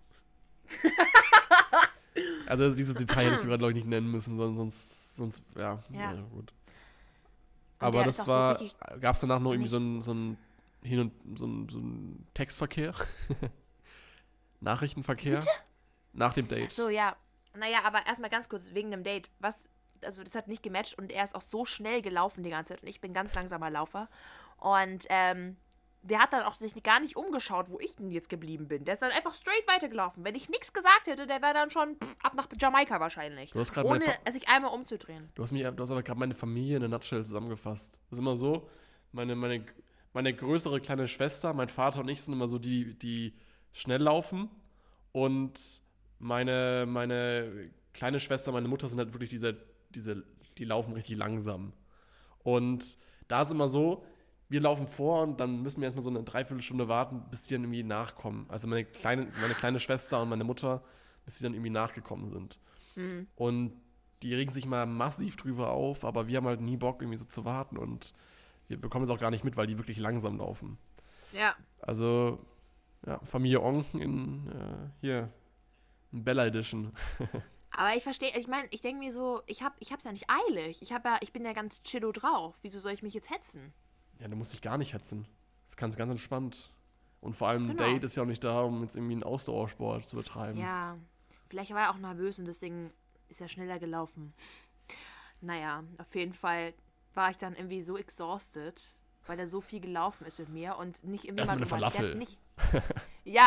Also dieses Detail hätte ich gerade, glaube ich, nicht nennen müssen, sondern sonst, sonst ja, Ja. ja gut. Und Aber der das ist auch so war, richtig gab es danach noch irgendwie nicht- so ein, so ein Hin- und so ein, so ein Textverkehr? Nachrichtenverkehr? Bitte? Nach dem Date. Ach so, ja. Naja, aber erstmal ganz kurz, wegen dem Date. Was, also das hat nicht gematcht und er ist auch so schnell gelaufen die ganze Zeit und ich bin ganz langsamer Laufer. Und, ähm, der hat dann auch sich gar nicht umgeschaut, wo ich denn jetzt geblieben bin. Der ist dann einfach straight weitergelaufen. Wenn ich nichts gesagt hätte, der wäre dann schon pff, ab nach Jamaika wahrscheinlich. Du hast gerade meine Ohne Fa- sich einmal umzudrehen. Du hast, mich, du hast aber gerade meine Familie in a nutshell zusammengefasst. Das ist immer so, meine, meine, meine größere kleine Schwester, mein Vater und ich sind immer so die, die schnell laufen. Und meine, meine kleine Schwester, meine Mutter sind halt wirklich diese, diese, die laufen richtig langsam. Und da ist immer so, wir laufen vor und dann müssen wir erstmal so eine Dreiviertelstunde warten, bis die dann irgendwie nachkommen. Also meine kleine, meine kleine Schwester und meine Mutter, bis die dann irgendwie nachgekommen sind. Mhm. Und die regen sich mal massiv drüber auf, aber wir haben halt nie Bock, irgendwie so zu warten und wir bekommen es auch gar nicht mit, weil die wirklich langsam laufen. Ja. Also, ja, Familie Ong in, äh, hier, in Bella Edition. Aber ich verstehe, ich meine, ich denke mir so, ich hab, ich hab's ja nicht eilig. Ich hab ja, ich bin ja ganz chillo drauf. Wieso soll ich mich jetzt hetzen? Ja, du musst dich gar nicht hetzen. Das kannst ganz entspannt. Und vor allem ein Genau. Date ist ja auch nicht da, um jetzt irgendwie einen Ausdauersport zu betreiben. Ja, vielleicht war er auch nervös und deswegen ist er schneller gelaufen. Naja, auf jeden Fall war ich dann irgendwie so exhausted, weil er so viel gelaufen ist mit mir und nicht irgendwie Erstmal mal eine drüber- der hat Falafel. Nicht, ja.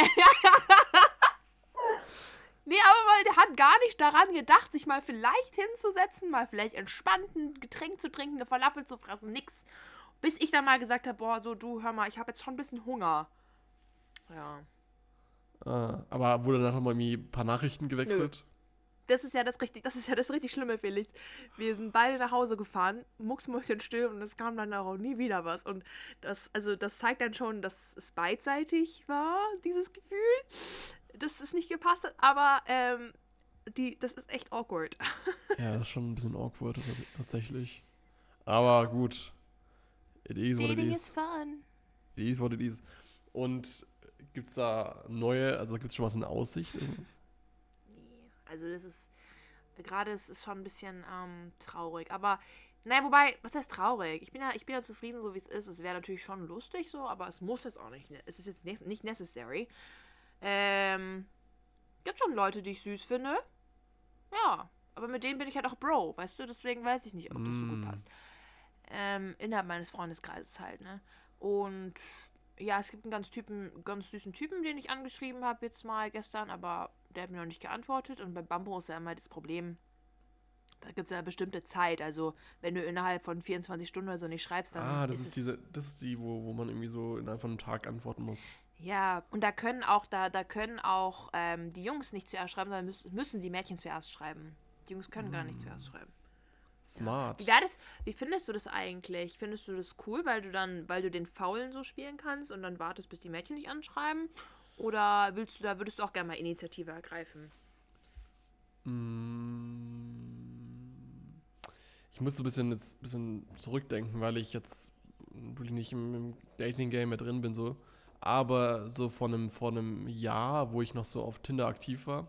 Nee, aber weil der hat gar nicht daran gedacht, sich mal vielleicht hinzusetzen, mal vielleicht entspannt ein Getränk zu trinken, eine Falafel zu fressen, nix. Bis ich dann mal gesagt habe, boah, so du, hör mal, ich habe jetzt schon ein bisschen Hunger. Ja. Ah, aber wurde danach nochmal irgendwie ein paar Nachrichten gewechselt? Das ist ja das richtig, das ist ja das richtig Schlimme, Felix. Wir sind beide nach Hause gefahren, mucksmäuschenstill und es kam dann auch nie wieder was. Und das, also das zeigt dann schon, dass es beidseitig war, dieses Gefühl, dass es nicht gepasst hat, aber ähm, die, das ist echt awkward. Ja, das ist schon ein bisschen awkward tats- tatsächlich. Aber gut. It is what it Dating is. is fun. It is what it is. Und gibt's da neue, also gibt's schon was in Aussicht? Nee, also das ist, gerade es ist schon ein bisschen ähm, traurig, aber naja, wobei, was heißt traurig? Ich bin ja, ich bin ja zufrieden, so wie es ist. Es wäre natürlich schon lustig so, aber es muss jetzt auch nicht, es ist jetzt nicht, nicht necessary. Ähm, gibt schon Leute, die ich süß finde. Ja, aber mit denen bin ich halt auch Bro, weißt du? Deswegen weiß ich nicht, ob das so gut Mm. passt. Ähm, innerhalb meines Freundeskreises halt, ne? Und ja, es gibt einen ganz Typen, ganz süßen Typen, den ich angeschrieben habe jetzt mal gestern, aber der hat mir noch nicht geantwortet. Und bei Bumble ist ja immer das Problem, Da gibt es ja eine bestimmte Zeit. Also, wenn du innerhalb von vierundzwanzig Stunden oder so nicht schreibst, dann. Ah, das ist, ist diese, das ist die, wo, wo man irgendwie so innerhalb von einem Tag antworten muss. Ja, und da können auch, da, da können auch ähm, die Jungs nicht zuerst schreiben, sondern müssen, müssen die Mädchen zuerst schreiben. Die Jungs können mm. gar nicht zuerst schreiben. Smart. Ja. Wie, das, wie findest du das eigentlich? Findest du das cool, weil du dann, weil du den Faulen so spielen kannst und dann wartest, bis die Mädchen dich anschreiben? Oder willst du da, würdest du auch gerne mal Initiative ergreifen? Ich muss so ein bisschen, jetzt, bisschen zurückdenken, weil ich jetzt wirklich nicht im, im Dating-Game mehr drin bin, so. Aber so vor einem, vor einem Jahr, wo ich noch so auf Tinder aktiv war,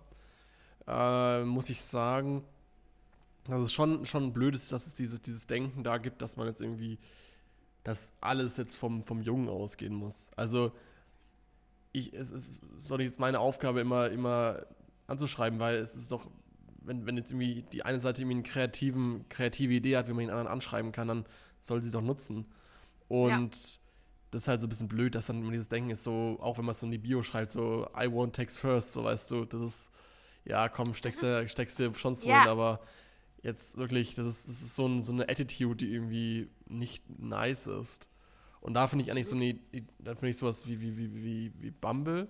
äh, muss ich sagen, dass es schon, schon blöd ist, dass es dieses, dieses Denken da gibt, dass man jetzt irgendwie, dass alles jetzt vom, vom Jungen ausgehen muss. Also, ich, es ist doch jetzt meine Aufgabe, immer, immer anzuschreiben, weil es ist doch, wenn, wenn jetzt irgendwie die eine Seite irgendwie eine kreativen, kreative Idee hat, wie man den anderen anschreiben kann, dann soll sie es doch nutzen. Und ja. Das ist halt so ein bisschen blöd, dass dann immer dieses Denken ist so, auch wenn man es so in die Bio schreibt, so I want text first, so weißt du, das ist, ja komm, steckst du steckst dir schon so ja. hin, aber jetzt wirklich, das ist, das ist so, ein, so eine Attitude, die irgendwie nicht nice ist. Und da finde ich eigentlich so eine, da finde ich sowas wie, wie, wie, wie, wie Bumble.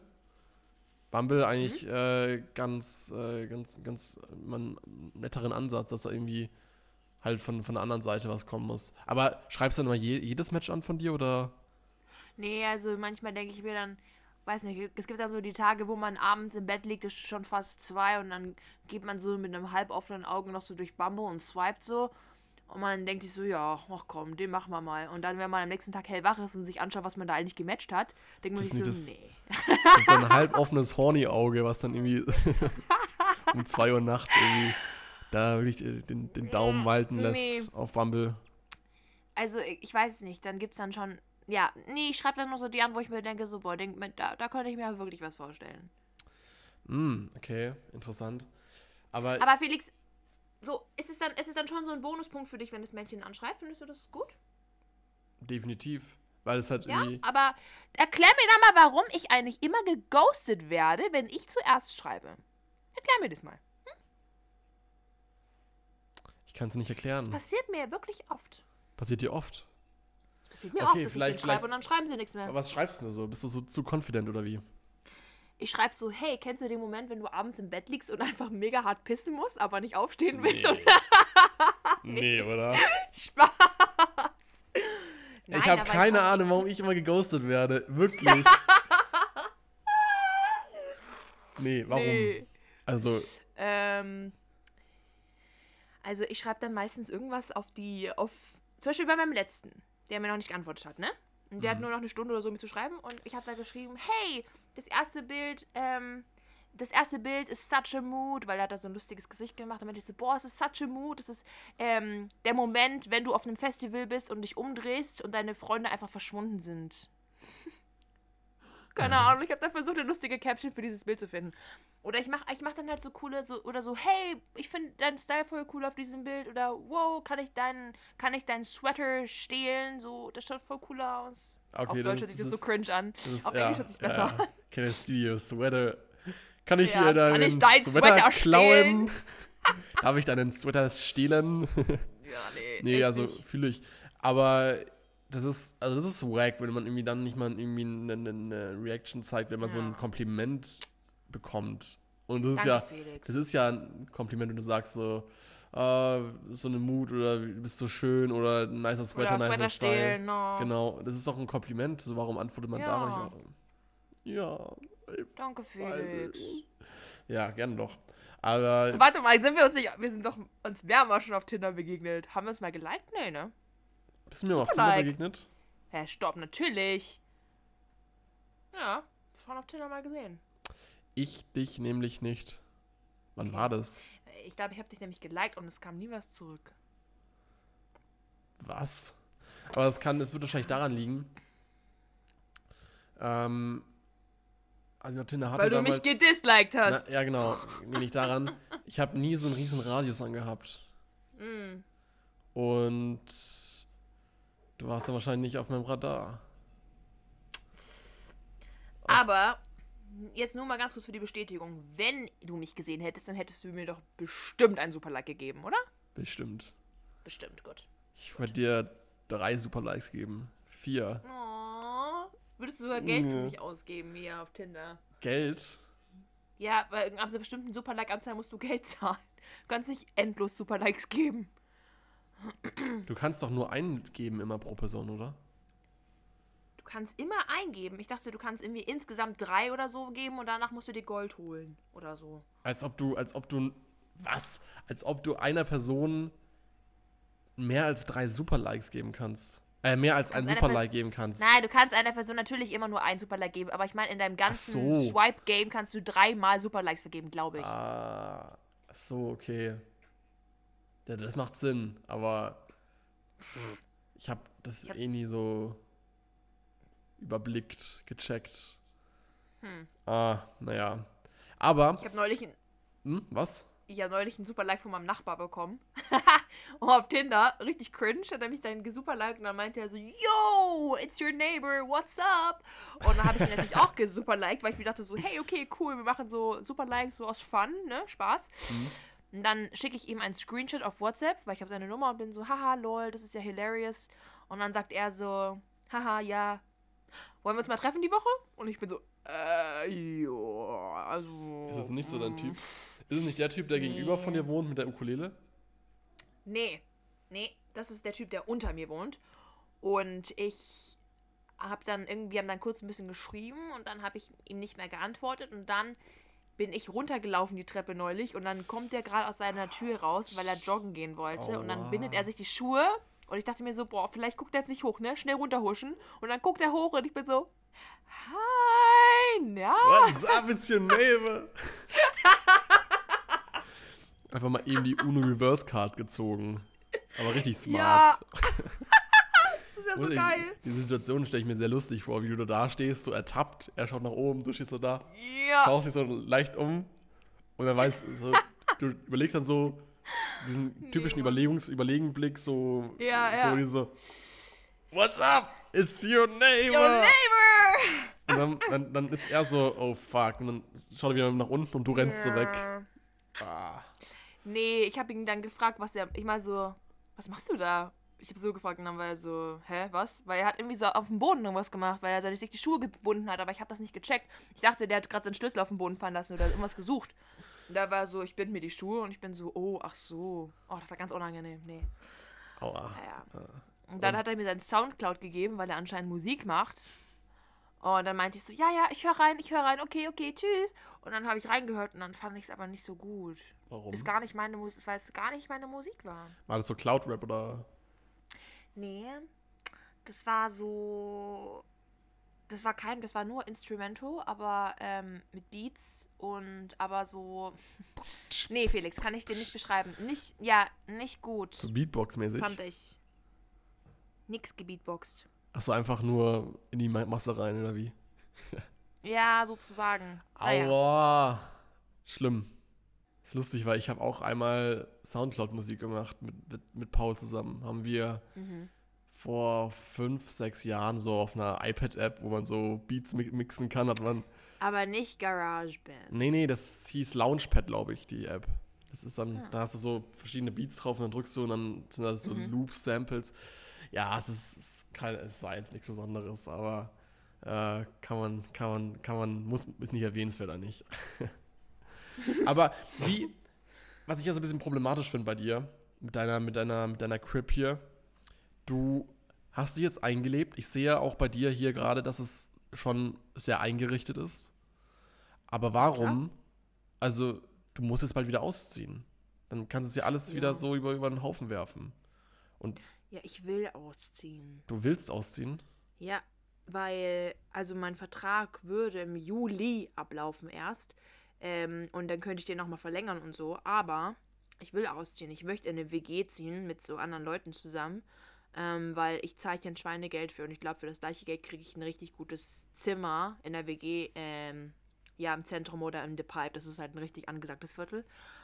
Bumble eigentlich mhm. äh, ganz, äh, ganz, ganz man, netteren Ansatz, dass da irgendwie halt von, von der anderen Seite was kommen muss. Aber schreibst du dann mal je, jedes Match an von dir, oder? Nee, also manchmal denke ich mir dann, weiß nicht, es gibt dann so die Tage, wo man abends im Bett liegt, ist schon fast zwei und dann geht man so mit einem halb offenen Auge noch so durch Bumble und swiped so. Und man denkt sich so, ja, ach komm, den machen wir mal. Und dann, wenn man am nächsten Tag hellwach ist und sich anschaut, was man da eigentlich gematcht hat, denkt man sich so, das, nee. Das ist so ein halb offenes Horny-Auge, was dann irgendwie um zwei Uhr nachts irgendwie da wirklich den, den Daumen walten lässt nee. auf Bumble. Also, ich weiß es nicht. Dann gibt's dann schon, ja, nee, ich schreibe dann nur so die an, wo ich mir denke, so, boah, denk, da, da könnte ich mir wirklich was vorstellen. Mm, okay, interessant. Aber, Aber Felix, so, ist es, dann, ist es dann schon so ein Bonuspunkt für dich, wenn das Mädchen anschreibt? Findest du das gut? Definitiv. Weil es halt ja, irgendwie... aber erklär mir dann mal, warum ich eigentlich immer geghostet werde, wenn ich zuerst schreibe. Erklär mir das mal. Hm? Ich kann es nicht erklären. Das passiert mir wirklich oft. Passiert dir oft? Das passiert mir okay, oft, dass ich den schreibe und dann schreiben sie nichts mehr. Aber was schreibst du denn so? Bist du so zu confident oder wie? Ich schreibe so, hey, kennst du den Moment, wenn du abends im Bett liegst und einfach mega hart pissen musst, aber nicht aufstehen willst? Nee, und nee oder? Spaß. Nein, ich habe keine ich Ahnung, warum ich immer geghostet werde. Wirklich. nee, warum? Nee. Also. Ähm, also ich schreibe dann meistens irgendwas auf die, auf, zum Beispiel bei meinem letzten, der mir noch nicht geantwortet hat, ne? Und der mhm. hat nur noch eine Stunde oder so mit zu schreiben und ich habe da geschrieben, hey, das erste Bild, ähm, das erste Bild ist such a mood, weil er hat da so ein lustiges Gesicht gemacht. Und dann meinte ich so, boah, es ist such a mood. Das ist ähm, der Moment, wenn du auf einem Festival bist und dich umdrehst und deine Freunde einfach verschwunden sind. Keine Ahnung, ich habe da versucht, eine lustige Caption für dieses Bild zu finden. Oder ich mache ich mach dann halt so coole, so, oder so, hey, ich finde deinen Style voll cool auf diesem Bild. Oder, wow, kann ich deinen, kann ich deinen Sweater stehlen? So, das schaut voll cool aus. Okay, auf Deutsch hört sich das so cringe an. Ist, auf ja, Englisch hört sich besser an. Ja. Can I steal your sweater? Kann ich, ja, äh, deinen kann ich deinen Sweater, Sweater klauen? Darf ich deinen Sweater stehlen? Ja, nee. Nee, also fühle ich. Aber das ist, also das ist wack, wenn man irgendwie dann nicht mal irgendwie eine, eine Reaction zeigt, wenn man ja. so ein Kompliment bekommt. Und das Danke, ist ja, Felix. das ist ja ein Kompliment, wenn du sagst so, uh, so eine Mut oder du bist so schön oder ein nicer Sweater, oder nicer Style. Stehlen, no. Genau, das ist doch ein Kompliment. So, warum antwortet man ja. da nicht auf? Ja. Danke, Felix. Ja, gerne doch. Aber. Warte mal, sind wir uns nicht. Wir sind doch uns mehrmals schon auf Tinder begegnet. Haben wir uns mal geliked? Nee, ne? Bist du mir mal auf Tinder begegnet? Hä, stopp, natürlich. Ja, schon auf Tinder mal gesehen. Ich dich nämlich nicht. Wann okay. war das? Ich glaube, ich habe dich nämlich geliked und es kam nie was zurück. Was? Aber das kann, das wird wahrscheinlich daran liegen. Ähm. Also Tinder hatte Weil du damals, mich gedisliked hast. Na, ja, genau. Liegt daran. Ich habe nie so einen riesen Radius angehabt. Mm. Und du warst dann wahrscheinlich nicht auf meinem Radar. Aber jetzt nur mal ganz kurz für die Bestätigung. Wenn du mich gesehen hättest, dann hättest du mir doch bestimmt einen Super-Like gegeben, oder? Bestimmt. Bestimmt, gut. Ich würde dir drei Super-Likes geben. Vier. Oh, würdest du sogar Geld für mich ausgeben hier auf Tinder? Geld? Ja, weil ab einer bestimmten Super-Like-Anzahl musst du Geld zahlen. Du kannst nicht endlos Super-Likes geben. Du kannst doch nur einen geben immer pro Person, oder? Du kannst immer eingeben. Ich dachte, du kannst irgendwie insgesamt drei oder so geben und danach musst du dir Gold holen oder so. Als ob du, als ob du, was? Als ob du einer Person mehr als drei Super-Likes geben kannst. Äh, mehr als ein Super-Like geben kannst. Nein, du kannst einer Person natürlich immer nur ein Super-Like geben, aber ich meine, in deinem ganzen so. Swipe-Game kannst du dreimal Super-Likes vergeben, glaube ich. Ah, ach so, okay. Ja, das macht Sinn, aber ich habe das Ich hab- eh nie so überblickt, gecheckt. Hm. Ah, naja. Aber, Ich habe neulich, ein- hm, was? ich hab neulich einen Super-Like von meinem Nachbar bekommen. Und auf Tinder, richtig cringe, hat er mich dann gesuperliked und dann meinte er so, yo, it's your neighbor, what's up? Und dann habe ich ihn natürlich auch gesuperliked, weil ich mir dachte so, hey, okay, cool, wir machen so Superlikes, so aus Fun, ne, Spaß. Mhm. Und dann schicke ich ihm einen Screenshot auf WhatsApp, weil ich habe seine Nummer und bin so, haha, lol, das ist ja hilarious. Und dann sagt er so, haha, ja, wollen wir uns mal treffen die Woche? Und ich bin so, äh, ja, also... Ist das nicht so dein mm. Typ? Ist es nicht der Typ, der Nee. gegenüber von dir wohnt mit der Ukulele? Nee, nee, das ist der Typ, der unter mir wohnt. Und ich habe dann irgendwie, haben dann kurz ein bisschen geschrieben und dann habe ich ihm nicht mehr geantwortet und dann bin ich runtergelaufen die Treppe neulich und dann kommt der gerade aus seiner Tür raus, weil er joggen gehen wollte und dann Aua. bindet er sich die Schuhe und ich dachte mir so, boah, vielleicht guckt er jetzt nicht hoch, ne? Schnell runterhuschen und dann guckt er hoch und ich bin so, hi, na? What's up, it's your neighbor? Einfach mal eben die Uno Reverse Card gezogen. Aber richtig smart. Ja. Das ist ja so Und ich- geil. Die Situation stelle ich mir sehr lustig vor, wie du da stehst, so ertappt, er schaut nach oben, du stehst so da, Ja. schaust dich so leicht um und dann weißt so, du überlegst dann so diesen typischen Mann. Überlegungs Überlegenblick, so, Ja, so ja. diese so, what's up? It's your neighbor! Your neighbor! Und dann, dann, dann ist er so, oh fuck, und dann schaut er wieder nach unten und du rennst so weg. Ja. Ah. Nee, ich habe ihn dann gefragt, was er. Ich mal so, was machst du da? Ich habe so gefragt und dann war er so, hä, was? Weil er hat irgendwie so auf dem Boden irgendwas gemacht, weil er seine sich die Schuhe gebunden hat, aber ich habe das nicht gecheckt. Ich dachte, der hat gerade seinen Schlüssel auf den Boden fallen lassen oder irgendwas gesucht. Und da war so, ich bind mir die Schuhe und ich bin so, oh, ach so. Oh, das war ganz unangenehm, nee. Aua. Naja. Und dann hat er mir seinen Soundcloud gegeben, weil er anscheinend Musik macht. Und dann meinte ich so, ja, ja, ich höre rein, ich höre rein, okay, okay, tschüss. Und dann habe ich reingehört und dann fand ich es aber nicht so gut. Warum? Ist gar nicht meine Musik, weil es gar nicht meine Musik war. War das so Cloud-Rap oder? Nee, das war so, das war kein, das war nur Instrumental, aber ähm, mit Beats und aber so, nee, Felix, kann ich dir nicht beschreiben. Nicht, ja, nicht gut, So Beatbox-mäßig? fand ich. Nix gebeatboxt. Achso, einfach nur in die Ma- Masse rein, oder wie? Ja, sozusagen. Naja. Aua. Schlimm. Ist lustig, weil ich habe auch einmal Soundcloud-Musik gemacht mit, mit, mit Paul zusammen. Haben wir Mhm. vor fünf, sechs Jahren so auf einer iPad-App, wo man so Beats mi- mixen kann, hat man. Aber nicht GarageBand. Nee, nee, das hieß Launchpad, glaube ich, die App. Das ist dann, Ah. da hast du so verschiedene Beats drauf und dann drückst du und dann sind das so Mhm. Loops, Samples. Ja, es ist, es ist kein, es war jetzt nichts Besonderes, aber äh, kann man, kann man, kann man, muss, ist nicht erwähnenswert eigentlich. Aber wie, was ich ja so ein bisschen problematisch finde bei dir, mit deiner, mit deiner, mit deiner Crib hier, du hast dich jetzt eingelebt. Ich sehe ja auch bei dir hier gerade, dass es schon sehr eingerichtet ist. Aber warum? Also, du musst jetzt bald wieder ausziehen. Dann kannst du es ja alles Ja. wieder so über, über den Haufen werfen. Und Ja, ich will ausziehen. du willst ausziehen? Ja, weil, also mein Vertrag würde im Juli ablaufen erst. Ähm, und dann könnte ich den nochmal verlängern und so. Aber ich will ausziehen. Ich möchte in eine W G ziehen mit so anderen Leuten zusammen. Ähm, weil ich zahle hier ein Schweinegeld für und ich glaube, für das gleiche Geld kriege ich ein richtig gutes Zimmer in der W G, ähm, ja, im Zentrum oder im The Pipe. Das ist halt ein richtig angesagtes Viertel.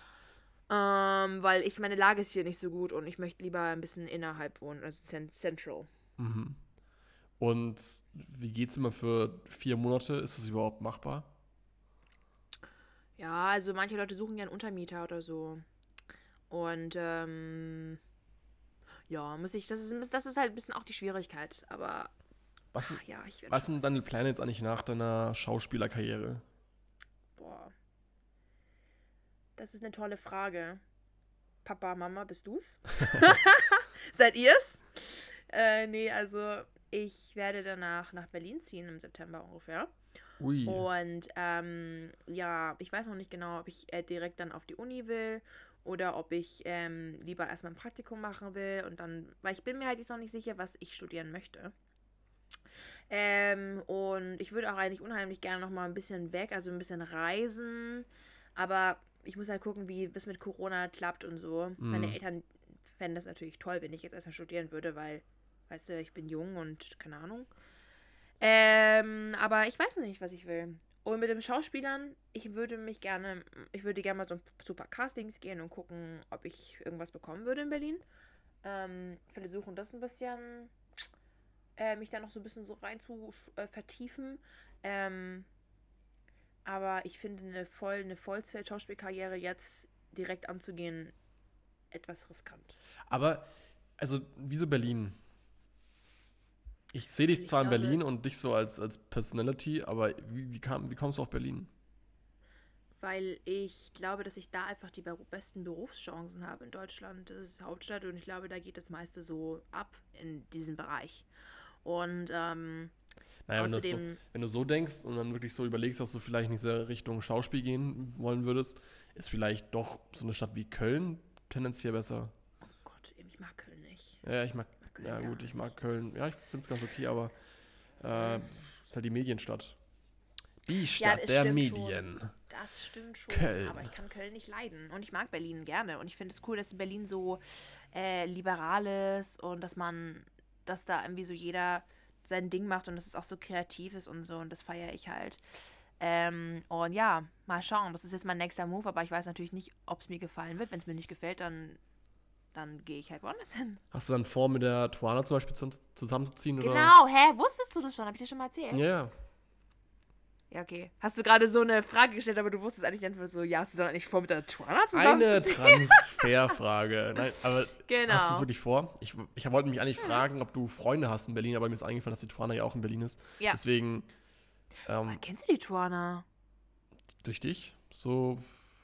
Ähm, weil ich, meine Lage ist hier nicht so gut und ich möchte lieber ein bisschen innerhalb wohnen, also cent- central. Mhm. Und wie geht's immer für vier Monate? Ist das überhaupt machbar? Ja, also manche Leute suchen ja einen Untermieter oder so. Und, ähm, ja, muss ich, das ist, das ist halt ein bisschen auch die Schwierigkeit. Aber, Was, ach ja, ich werde was schon sind was. deine Pläne jetzt eigentlich nach deiner Schauspielerkarriere? Boah, das ist eine tolle Frage. Papa, Mama, bist du's? Seid ihr's? Äh, nee, also ich werde danach nach Berlin ziehen im September ungefähr. Ui. Und ähm, ja, ich weiß noch nicht genau, ob ich äh, direkt dann auf die Uni will oder ob ich ähm, lieber erstmal ein Praktikum machen will und dann, weil ich bin mir halt jetzt noch nicht sicher, was ich studieren möchte. Ähm, und ich würde auch eigentlich unheimlich gerne noch mal ein bisschen weg, also ein bisschen reisen. Aber ich muss halt gucken, wie das mit Corona klappt und so. Mhm. Meine Eltern fänden das natürlich toll, wenn ich jetzt erstmal studieren würde, weil, weißt du, ich bin jung und keine Ahnung. Ähm, aber ich weiß nicht, was ich will. Und mit den Schauspielern, ich würde mich gerne, ich würde gerne mal so zu ein paar Castings gehen und gucken, ob ich irgendwas bekommen würde in Berlin. Ähm, versuchen das ein bisschen, äh, mich da noch so ein bisschen so rein zu äh, vertiefen. Ähm, aber ich finde eine voll, eine Vollzeit-Schauspielkarriere jetzt direkt anzugehen, etwas riskant. Aber, also, wieso Berlin? Ich sehe dich Ich zwar in glaube- Berlin und dich so als, als Personality, aber wie, wie, kam, wie kommst du auf Berlin? Weil ich glaube, dass ich da einfach die beru- besten Berufschancen habe in Deutschland. Das ist Hauptstadt und ich glaube, da geht das meiste so ab in diesem Bereich. Und ähm, Naja, wenn du, so, außerdem, wenn du so denkst und dann wirklich so überlegst, dass du vielleicht in diese Richtung Schauspiel gehen wollen würdest, ist vielleicht doch so eine Stadt wie Köln tendenziell besser. oh Gott, ich mag Köln nicht. Ja, ja, ich mag, Ich mag Köln ja gar gut, ich nicht. mag Köln. Ja, ich finde es ganz okay, aber äh, ist halt die Medienstadt. Die Stadt das der stimmt Medien. Das stimmt schon, Köln. aber ich kann Köln nicht leiden. Und ich mag Berlin gerne. Und ich finde es cool, dass Berlin so äh, liberal ist und dass man, dass da irgendwie so jeder sein Ding macht und dass es auch so kreativ ist und so. Und das feiere ich halt. Ähm, und ja, mal schauen. Das ist jetzt mein nächster Move, aber ich weiß natürlich nicht, ob es mir gefallen wird. Wenn es mir nicht gefällt, dann, dann gehe ich halt woanders hin. Hast du dann vor, mit der Tuana zum Beispiel zum, zusammenzuziehen? Genau, hä? Wusstest du das schon? Hab ich dir schon mal erzählt? Oder? Ja, Ja, okay. Hast du gerade so eine Frage gestellt, aber du wusstest eigentlich einfach so, ja, hast du dann eigentlich vor, mit der Tuana eine zusammenzuziehen? Transferfrage. Nein, aber Genau. hast du es wirklich vor? Ich, ich wollte mich eigentlich fragen, ob du Freunde hast in Berlin, aber mir ist eingefallen, dass die Tuana ja auch in Berlin ist. Ja. Deswegen, ähm, Kennst du die Tuana? durch dich, so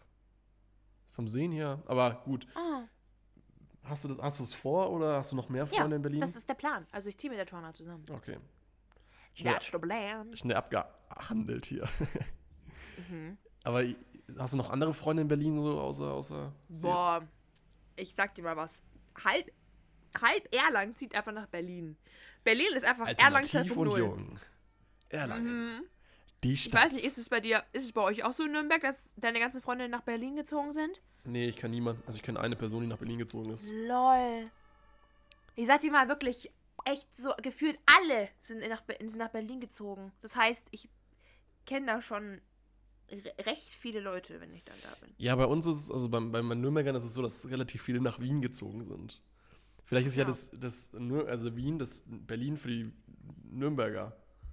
vom Sehen her. Aber gut, Oh. hast du das, hast du es vor oder hast du noch mehr Freunde Ja, in Berlin? das ist der Plan. Also ich ziehe mit der Tuana zusammen. Okay. Schnell, That's the plan. schnell abgehandelt hier. Mhm. Aber hast du noch andere Freunde in Berlin so außer, außer sie Boah, ich sag dir mal was. Halb, halb Erlangen zieht einfach nach Berlin. Berlin ist einfach jetzt? Erlangen Alternativ und zwei Punkt null. jung. Erlangen. Mhm. Die Ich Stadt. weiß nicht, ist es bei dir, ist es bei euch auch so in Nürnberg, dass deine ganzen Freunde nach Berlin gezogen sind? Nee, ich kenne niemanden. Also ich kenne eine Person, die nach Berlin gezogen ist. Lol. Ich sag dir mal wirklich, echt so gefühlt alle sind nach, Be- sind nach Berlin gezogen. Das heißt, ich kenne da schon re recht viele Leute, wenn ich dann da bin. Ja, bei uns ist es, also bei, bei meinen Nürnbergern ist es so, dass relativ viele nach Wien gezogen sind. Vielleicht ist ja, Ja. das, das Nür- also Wien, das Berlin für die Nürnberger.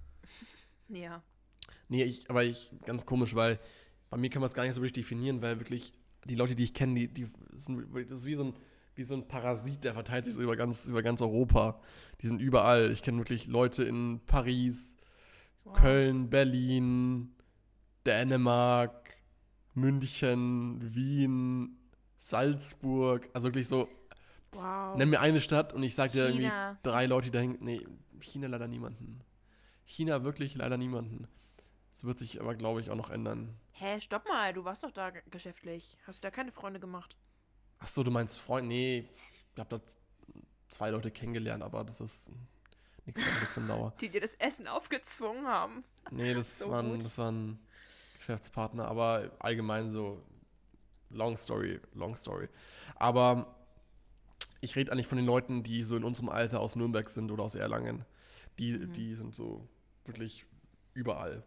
Ja. Nee, ich, aber ich, ganz komisch, weil bei mir kann man es gar nicht so richtig definieren, weil wirklich die Leute, die ich kenne, die, die sind, das ist wie so ein, wie so ein Parasit, der verteilt sich so über ganz, über ganz Europa. Die sind überall. Ich kenne wirklich Leute in Paris, Wow. Köln, Berlin, Dänemark, München, Wien, Salzburg. Also wirklich so, Wow. nenn mir eine Stadt und ich sag dir irgendwie China. drei Leute, die dahin. Nee, China leider niemanden. China wirklich leider niemanden. Das wird sich aber, glaube ich, auch noch ändern. Hä, stopp mal, du warst doch da ge- geschäftlich. Hast du da keine Freunde gemacht? Achso, du meinst Freund? Nee, ich habe da z- zwei Leute kennengelernt, aber das ist nichts von Dauer. Die dir das Essen aufgezwungen haben. Nee, das, So waren, gut. das waren Geschäftspartner, aber allgemein so long story, long story. Aber ich rede eigentlich von den Leuten, die so in unserem Alter aus Nürnberg sind oder aus Erlangen. Die, Mhm. die sind so wirklich überall.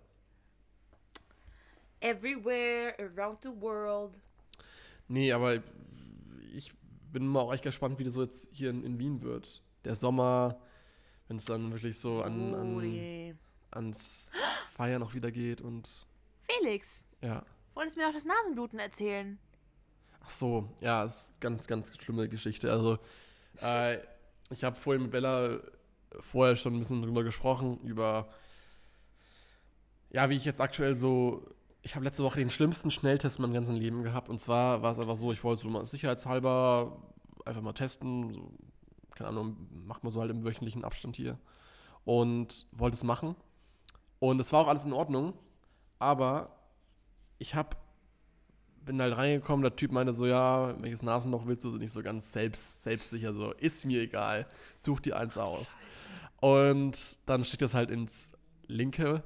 Everywhere around the world. Nee, aber ich bin mal auch echt gespannt, wie das so jetzt hier in, in Wien wird. Der Sommer, wenn es dann wirklich so an, Oh, an, je. ans Feiern noch wieder geht und Felix, ja. wolltest mir doch das Nasenbluten erzählen. Ach Ach so, ja, ist ganz, ganz schlimme Geschichte. Also, äh, ich habe vorhin mit Bella vorher schon ein bisschen drüber gesprochen, über, ja, wie ich jetzt aktuell so, ich habe letzte Woche den schlimmsten Schnelltest in meinem ganzen Leben gehabt. Und zwar war es einfach so, ich wollte so mal sicherheitshalber einfach mal testen, so, keine Ahnung, macht man so halt im wöchentlichen Abstand hier. Und wollte es machen. Und es war auch alles in Ordnung, aber ich habe bin halt reingekommen, der Typ meinte so, ja, welches Nasenloch willst du? So nicht so ganz selbst, selbstsicher, so, ist mir egal, such dir eins aus. Und dann steckt das halt ins linke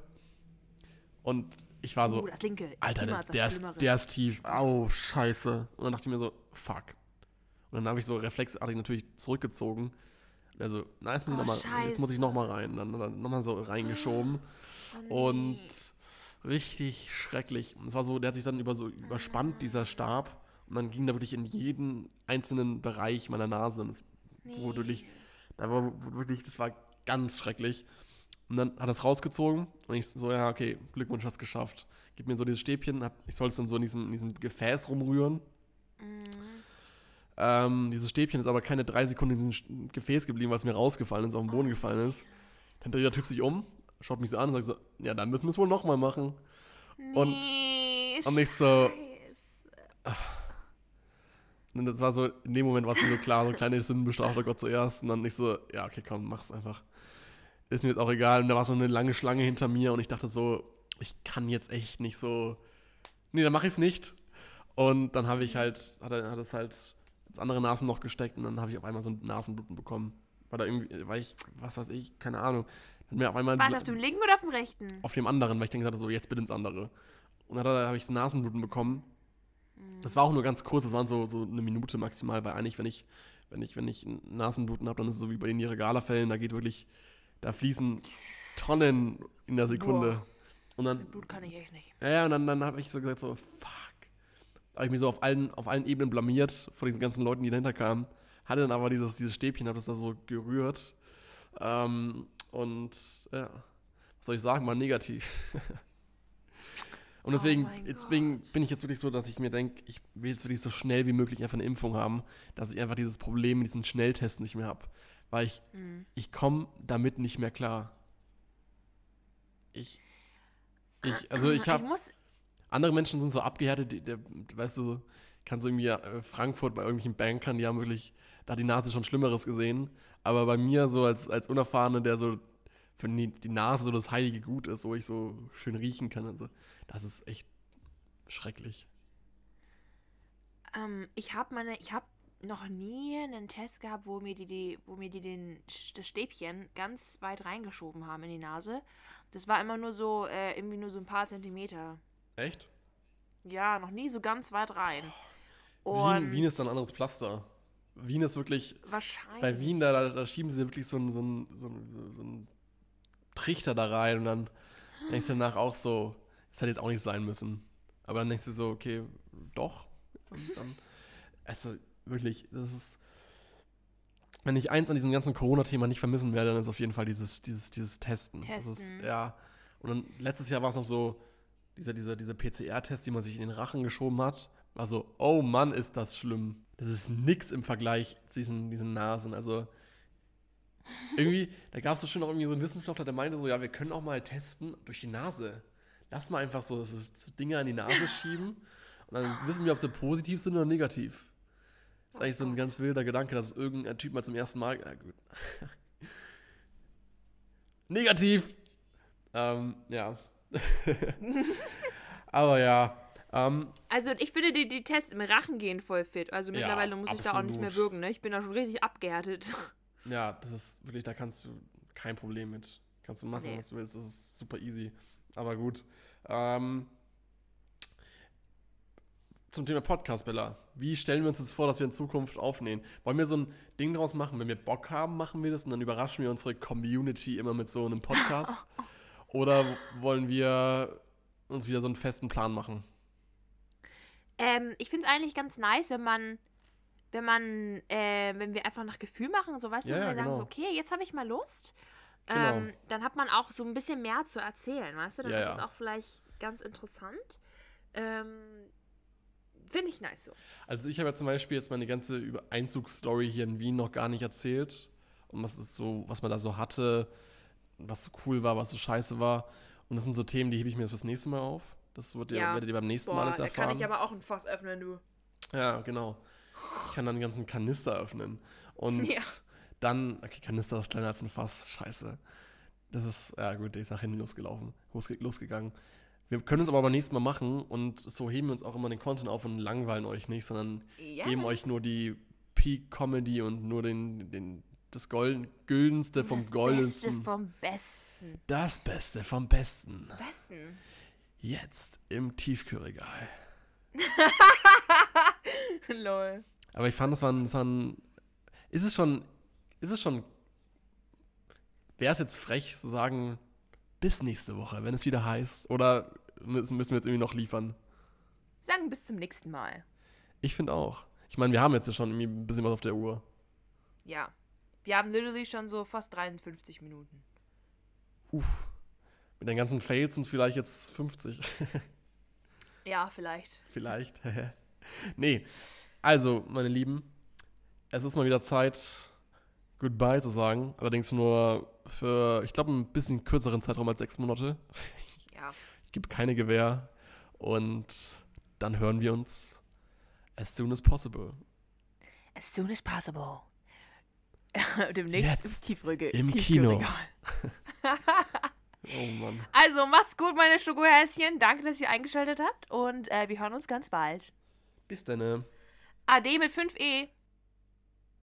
und ich war so, Uh, das linke. Alter, der, Immer das der, ist, Schlimmere. der ist tief, au, scheiße. Und dann dachte ich mir so, fuck. Und dann habe ich so reflexartig natürlich zurückgezogen. Also, na, jetzt muss, Oh, ich noch mal, jetzt muss ich nochmal rein. Dann, dann nochmal so reingeschoben. Oh, Und nee. richtig schrecklich. Und es war so, der hat sich dann über so überspannt, dieser Stab. Und dann ging da wirklich in jeden einzelnen Bereich meiner Nase. Und das Nee. wurde wirklich, da war wirklich, das war ganz schrecklich. Und dann hat er es rausgezogen und ich so, ja, okay, Glückwunsch, hast geschafft. Gib mir so dieses Stäbchen, hab, ich soll es dann so in diesem, in diesem Gefäß rumrühren. Mhm. Ähm, dieses Stäbchen ist aber keine drei Sekunden in diesem Gefäß geblieben, weil es mir rausgefallen ist, auf den Boden gefallen ist. Dann dreht der Typ sich um, schaut mich so an und sagt so, ja, dann müssen wir es wohl nochmal machen. Und, Nee, und ich so, Scheiße. und das war so, in dem Moment war es mir so klar, so kleine Sünden bestraft Gott zuerst. Und dann nicht so, ja, okay, komm, mach's einfach. Ist mir jetzt auch egal. Und da war so eine lange Schlange hinter mir und ich dachte so, ich kann jetzt echt nicht so, nee, dann mach ich's nicht. Und dann habe ich halt, hat er hat es halt ins andere Nasenloch gesteckt und dann habe ich auf einmal so ein Nasenbluten bekommen. Weil da irgendwie, weil ich, was weiß ich, keine Ahnung. Hat mir auf einmal War es auf dem linken oder auf dem rechten? auf dem anderen, weil ich dann gesagt habe, so, jetzt bitte ins andere. Und dann habe ich so Nasenbluten bekommen. Das war auch nur ganz kurz, das waren so, so eine Minute maximal, weil eigentlich, wenn ich, wenn ich, wenn ich Nasenbluten habe, dann ist es so wie bei den Niagara-Fällen, da geht wirklich, da fließen Tonnen in der Sekunde. Boah. Und dann, Mit Blut kann ich echt nicht. ja, ja, und dann, dann habe ich so gesagt, so, fuck. Da habe ich mich so auf allen, auf allen Ebenen blamiert vor diesen ganzen Leuten, die dahinter kamen. Hatte dann aber dieses, dieses Stäbchen, habe das da so gerührt. Ähm, und ja, was soll ich sagen, war negativ. Und deswegen, Oh mein jetzt Gott. bin, bin ich jetzt wirklich so, dass ich mir denke, ich will jetzt wirklich so schnell wie möglich einfach eine Impfung haben, dass ich einfach dieses Problem mit diesen Schnelltests nicht mehr habe. Weil ich, Mhm. ich komme damit nicht mehr klar. Ich, ich, also ich Ich habe, muss. andere Menschen sind so abgehärtet, die, der, weißt du, kannst du irgendwie äh, Frankfurt bei irgendwelchen Bankern, die haben wirklich, da hat die Nase schon Schlimmeres gesehen. Aber bei mir so als, als Unerfahrener, der so für die, die Nase so das heilige Gut ist, wo ich so schön riechen kann und so, das ist echt schrecklich. Ähm, ich habe meine. Ich habe noch nie einen Test gehabt, wo mir die, die, wo mir die den, das Stäbchen ganz weit reingeschoben haben in die Nase. Das war immer nur so, äh, irgendwie nur so ein paar Zentimeter. Echt? Ja, noch nie so ganz weit rein. Wien, Und Wien ist so ein anderes Pflaster. Wien ist wirklich, wahrscheinlich. bei Wien, da, da, da schieben sie wirklich so einen so einen- so einen- so einen Trichter da rein und dann denkst du danach auch so, das hätte jetzt auch nicht sein müssen. Aber dann denkst du so, okay, doch. Und dann, also wirklich, das ist, wenn ich eins an diesem ganzen Corona-Thema nicht vermissen werde, dann ist auf jeden Fall dieses, dieses, dieses Testen. Das ist, Testen. ja. Und dann letztes Jahr war es noch so, dieser, dieser, dieser P C R-Test, den man sich in den Rachen geschoben hat, war so, oh Mann, ist das schlimm. Das ist nix im Vergleich zu diesen, diesen Nasen. Also irgendwie, da gab es doch schon noch irgendwie so einen Wissenschaftler, der meinte so, ja, wir können auch mal testen durch die Nase. Lass mal einfach so, so, so Dinger in die Nase schieben und dann wissen wir, ob sie positiv sind oder negativ. Das ist eigentlich so ein ganz wilder Gedanke, dass irgendein Typ mal zum ersten Mal, ja gut, negativ. Ähm, ja. Aber ja. Ähm, Also ich finde die, die Tests im Rachen gehen voll fit. Also Ja, mittlerweile muss ich da auch nicht mehr absolut. würgen, ne? Ich bin da schon richtig abgehärtet. ja, das ist wirklich, da kannst du kein Problem mit. Kannst du machen, Nee. was du willst. Das ist super easy. Aber gut. Ähm, zum Thema Podcast, Bella. Wie stellen wir uns das vor, dass wir in Zukunft aufnehmen? Wollen wir so ein Ding draus machen? Wenn wir Bock haben, machen wir das und dann überraschen wir unsere Community immer mit so einem Podcast? Oder wollen wir uns wieder so einen festen Plan machen? Ähm, ich finde es eigentlich ganz nice, wenn man, wenn man, äh, wenn wir einfach nach Gefühl machen, so weißt Ja, du, wenn ja, wir sagen genau. so, okay, jetzt habe ich mal Lust. Genau. Ähm, dann hat man auch so ein bisschen mehr zu erzählen, weißt du? Dann Ja, ist ja. es auch vielleicht ganz interessant. Ähm, Finde ich nice so. Also ich habe ja zum Beispiel jetzt meine ganze Über- Einzugsstory hier in Wien noch gar nicht erzählt. Und was ist so, was man da so hatte, was so cool war, was so scheiße war. Und das sind so Themen, die hebe ich mir fürs nächste Mal auf. Das wird ihr, Ja. werdet ihr beim nächsten Boah, Mal alles da erfahren. kann ich aber auch ein Fass öffnen, du. Ja, genau. Ich kann dann einen ganzen Kanister öffnen. Und Ja. dann, okay, Kanister ist kleiner als ein Fass. Scheiße. Das ist, ja gut, der ist nach hinten losgelaufen, losge- losgegangen. Wir können es aber beim nächsten Mal machen und so heben wir uns auch immer den Content auf und langweilen euch nicht, sondern Ja. geben euch nur die Peak-Comedy und nur den, den, das Golden, Güldenste vom das Goldensten. Beste vom Besten. Das Beste vom Besten. Besten. Jetzt im Tiefkühlregal. Lol. Aber ich fand, das war ein, das war ein ist es schon, ist es schon, wäre es jetzt frech zu sagen, bis nächste Woche, wenn es wieder heißt, oder müssen, müssen wir jetzt irgendwie noch liefern? Sagen bis zum nächsten Mal. Ich finde auch. Ich meine, wir haben jetzt ja schon irgendwie ein bisschen was auf der Uhr. Ja. Wir haben literally schon so fast dreiundfünfzig Minuten. Uff. Mit den ganzen Fails sind es vielleicht jetzt fünfzig. Ja, vielleicht. Vielleicht. Nee. Also, meine Lieben, es ist mal wieder Zeit, Goodbye zu sagen. Allerdings nur für, ich glaube, ein bisschen kürzeren Zeitraum als sechs Monate. Ja. Ich gebe keine Gewähr. Und dann hören wir uns as soon as possible. As soon as possible. Demnächst Jetzt im Tiefrüge. im Tiefkühlregal. Oh Mann. Also, macht's gut, meine Schokohäschen. Danke, dass ihr eingeschaltet habt. Und äh, wir hören uns ganz bald. Bis dann. Ade mit fünf E.